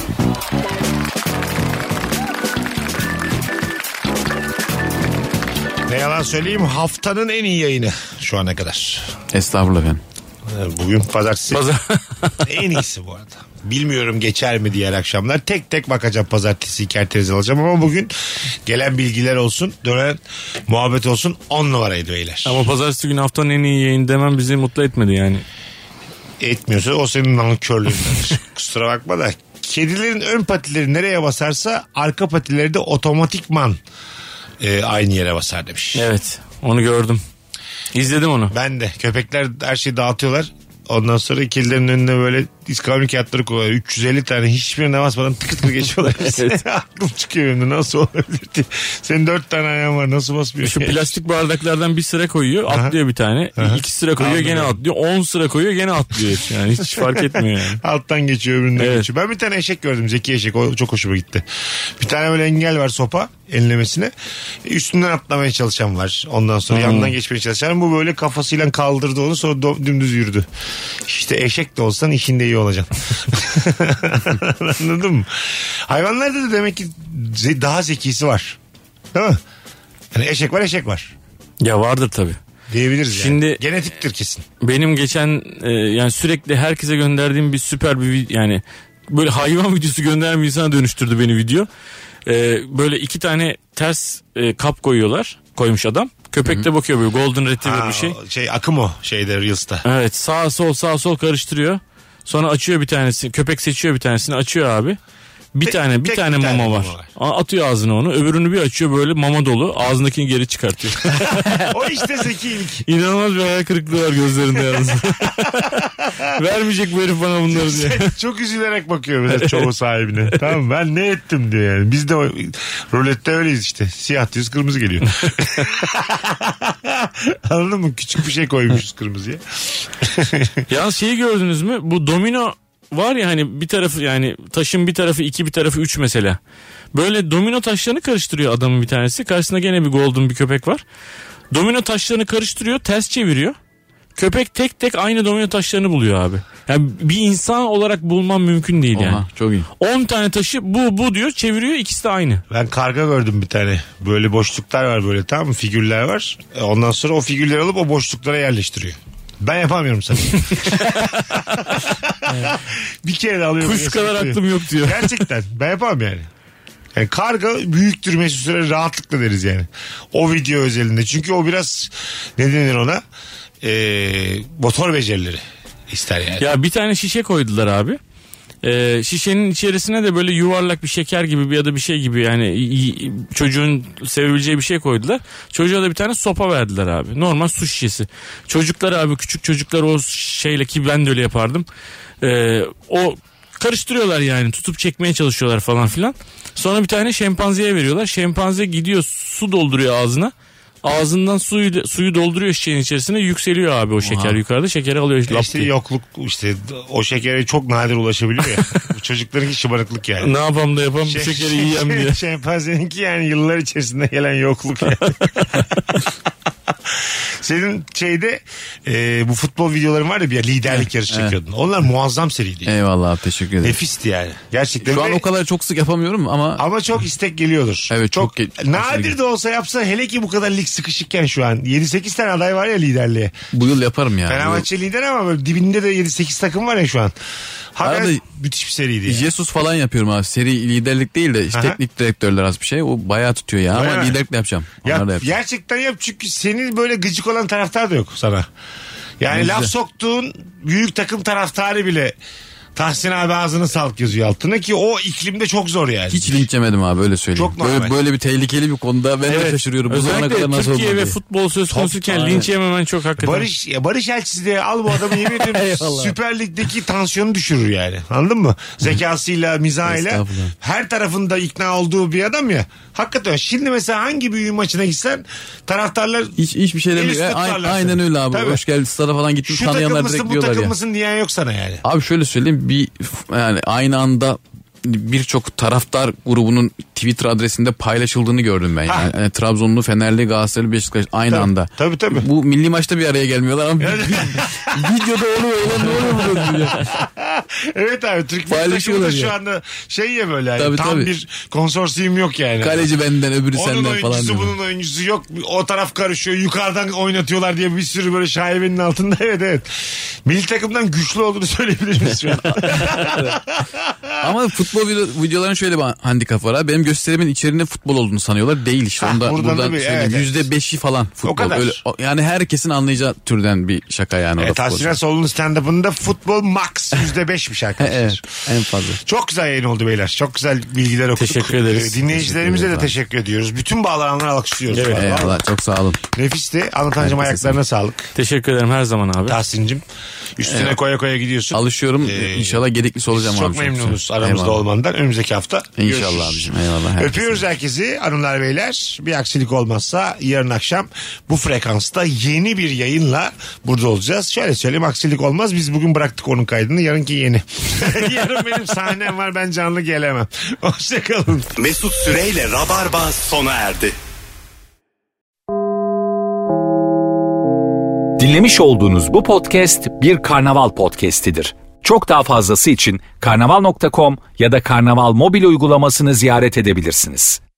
Ne yalan söyleyeyim, haftanın en iyi yayını şu ana kadar. Estağfurullah efendim. Bugün pazartesi. Pazar. En iyisi bu arada. Bilmiyorum geçer mi diğer akşamlar. Tek tek bakacağım, pazartesi kerteriz alacağım ama bugün gelen bilgiler olsun, dönen muhabbet olsun, on numaraydı beyler. Ama pazartesi günü haftanın en iyi yayın demem bizi mutlu etmedi yani. Etmiyorsa o senin nankörlüğündendir. Kusura bakma da. Kedilerin ön patileri nereye basarsa arka patileri de otomatikman e, aynı yere basar demiş. Evet, onu gördüm. İzledim onu. Ben de. Köpekler her şeyi dağıtıyorlar. Ondan sonra kedilerin önüne böyle iskambil kağıtları koyuyorlar. üç yüz elli tane hiçbirine basmadan tıkır tıkır geçiyorlar. Evet. Aklım çıkıyor önüne, nasıl olabilir diye. Senin dört tane ayağın var, nasıl basmıyor? Şu plastik bardaklardan bir sıra koyuyor, atlıyor bir tane. Aha. İki sıra koyuyor, anladım, gene atlıyor. On sıra koyuyor, gene atlıyor. Yani hiç fark etmiyor yani. Alttan geçiyor, öbüründen evet. geçiyor. Ben bir tane eşek gördüm, zeki eşek. O çok hoşuma gitti. Bir tane böyle engel var, sopa enlemesine. Üstünden atlamaya çalışan var. Ondan sonra hmm. yanından geçmeye çalışan. Bu böyle kafasıyla kaldırdı onu, sonra dümdüz yürüdü. İşte eşek de olsan işinde iyi olacaksın. Anladın mı? Hayvanlarda da demek ki daha zekisi var. Değil mi? Yani eşek var, eşek var. Ya vardır tabii. Diyebiliriz yani. Şimdi genetiktir kesin. Benim geçen e, yani sürekli herkese gönderdiğim bir süper bir yani böyle hayvan videosu gönderen bir insana dönüştürdü beni video. E, böyle iki tane ters e, kap koyuyorlar. Koymuş adam. Köpek de bakıyor böyle, golden retriever bir şey. Şey akım o şeyde, Reels'ta. Evet, sağ sol sağ sol karıştırıyor. Sonra açıyor bir tanesini. Köpek seçiyor bir tanesini, açıyor abi. Bir Te- tane bir tane, bir tane mama var. var. Atıyor ağzına onu. Öbürünü bir açıyor, böyle mama dolu. Ağzındakini geri çıkartıyor. O işte zekilik. İnanılmaz bir hayal kırıklığı var gözlerinde yalnız. Vermeyecek bu herif bana bunları diye. Çok üzülerek bakıyor mesela çoğu sahibine. Tamam, ben ne ettim diyor yani. Biz de o, rulette öyleyiz işte. Siyah diyoruz, kırmızı geliyor. Anladın mı? Küçük bir şey koymuşuz kırmızıya. Yalnız şeyi gördünüz mü? Bu domino var ya hani, bir tarafı yani taşın bir tarafı iki, bir tarafı üç mesela. Böyle domino taşlarını karıştırıyor adamın bir tanesi. Karşısında gene bir golden bir köpek var. Domino taşlarını karıştırıyor, ters çeviriyor. Köpek tek tek aynı domino taşlarını buluyor abi. Yani bir insan olarak bulman mümkün değil. Oha, yani. Çok iyi. on tane taşı bu bu diyor, çeviriyor, ikisi de aynı. Ben karga gördüm bir tane. Böyle boşluklar var böyle, tamam mı? Figürler var. Ondan sonra o figürleri alıp o boşluklara yerleştiriyor. Ben yapamıyorum sana. Bir kere de alıyorum. Kuş kadar aklım yok diyor. Gerçekten ben yapamam yani. Yani karga büyüktür Mesut Süre, rahatlıkla deriz yani. O video özelinde. Çünkü o biraz ne denir ona? Ee, motor becerileri ister yani. Ya bir tane şişe koydular abi. Ee, şişenin içerisine de böyle yuvarlak bir şeker gibi ya da bir şey gibi yani çocuğun sevebileceği bir şey koydular. Çocuğa da bir tane sopa verdiler abi. Normal su şişesi. Çocuklar abi, küçük çocuklar o şeyle, ki ben de öyle yapardım. Ee, o karıştırıyorlar yani, tutup çekmeye çalışıyorlar falan filan. Sonra bir tane şempanzeye veriyorlar. Şempanze gidiyor, su dolduruyor ağzına. Ağzından suyu suyu dolduruyor şişenin içerisine, yükseliyor abi o şeker. Aha. Yukarıda şekeri alıyor. E işte yokluk, işte o şekere çok nadir ulaşabiliyor ya. Bu çocukların şımarıklık yani. Ne yapalım da yapalım, bu şekeri yiyem diye. Şempanzeninki yani yıllar içerisinde gelen yokluk yani. Senin şeyde e, bu futbol videoların var ya, bir liderlik yarışı evet. çekiyordun. Onlar muazzam seriydi. Eyvallah abi, teşekkür ederim. Nefisti yani. Gerçekten. Şu an o kadar çok sık yapamıyorum ama. Ama çok istek geliyordur. Evet, çok. çok ge- nadir de olsa yapsa, hele ki bu kadar lig sıkışıkken şu an. yedi sekiz tane aday var ya liderliğe. Bu yıl yaparım ya. Fenerbahçe lider ama böyle dibinde de yedi sekiz takım var ya şu an. Hakikaten müthiş bir seriydi yani. Jesus falan yapıyorum abi. Seri liderlik değil de işte teknik direktörler az bir şey. O bayağı tutuyor ya. Öyle ama mi? Liderlik de yapacağım. Yap, da yapacağım. Gerçekten yap, çünkü senin böyle gıcık olan taraftar da yok sana. Yani laf soktuğun büyük takım taraftarı bile Tahsin abi ağzını sağlık yazıyor altına, ki o iklimde çok zor yani. Hiç linç yemedim abi, öyle söyleyeyim. Çok böyle, böyle bir tehlikeli bir konuda ben evet. de şaşırıyorum. Özellikle Türkiye ve futbol söz konusuyken linç yememen çok hakikaten. Barış, ya Barış Elçisi de al bu adamı, yemin ediyorum Süper Lig'deki tansiyonu düşürür yani. Anladın mı? Zekasıyla, mizahıyla her tarafında ikna olduğu bir adam ya. Hakikaten şimdi mesela hangi büyüğün maçına gitsen taraftarlar hiç hiçbir şey demiyor. Aynen öyle abi. Tabii. Hoş geldin, stada falan gittim, tanıyanlar direkt diyorlar ya. Şu takım mısın, bu takım mısın diyen yok sana yani. Abi şöyle söyleyeyim, bir yani aynı anda birçok taraftar grubunun Twitter adresinde paylaşıldığını gördüm ben. Yani, yani Trabzonlu, Fenerli, Galatasaraylı, Beşiktaş aynı tabii, anda. Tabii tabii. Bu milli maçta bir araya gelmiyorlar ama videoda oluyor. Ulan ne oluyor bu ya? Evet abi, Türk paylaşıyorlar şu anda şey ya böyle yani, tabii, tam tabii. bir konsorsiyum yok yani. Kaleci benden, öbürü onun senden falan. Onun oyuncusu bunun oyuncusu yok. O taraf karışıyor. Yukarıdan oynatıyorlar diye bir sürü böyle şaibenin altında. Evet evet. Milli takımdan güçlü olduğunu söyleyebilir miyiz şu an? Ama futbol video, videoların şöyle bir handikap var. Benim gösterimin içeriğinde futbol olduğunu sanıyorlar. Değil işte. Ha, Onda, buradan buradan evet, yüzde beşi falan futbol. O kadar. Öyle, yani herkesin anlayacağı türden bir şaka yani. Evet, Tahsin Soğlu'nun stand-up'ında futbol max yüzde beşmiş arkadaşlar. Evet, en fazla. Çok güzel yayın oldu beyler. Çok güzel bilgiler okuduk. Teşekkür ederiz. Dinleyicilerimize teşekkür de teşekkür ediyoruz. Bütün bağlananları alkışlıyoruz. Evet. Eyvallah, çok sağ olun. Nefisti. Anlatancım ayaklarına sağlık. Teşekkür ederim her zaman abi. Tahsin'cim. Üstüne evet. koya koya gidiyorsun. Alışıyorum. Ee, İnşallah gereklisi olacağım çok abi. Çok memnunuz aramızda eyvallah. Olmandan. Önümüzdeki hafta İnşallah görüşürüz. abicim. Eyvallah. Herkese. Öpüyoruz herkesi hanımlar beyler. Bir aksilik olmazsa yarın akşam bu frekansta yeni bir yayınla burada olacağız. Şöyle söyleyeyim, aksilik olmaz. Biz bugün bıraktık onun kaydını. Yarınki yeni. Yarın benim sahnem var, ben canlı gelemem. Hoşçakalın. Mesut Süreyle Rabarba sona erdi. Dinlemiş olduğunuz bu podcast bir Karnaval podcastidir. Çok daha fazlası için karnaval nokta com ya da Karnaval mobil uygulamasını ziyaret edebilirsiniz.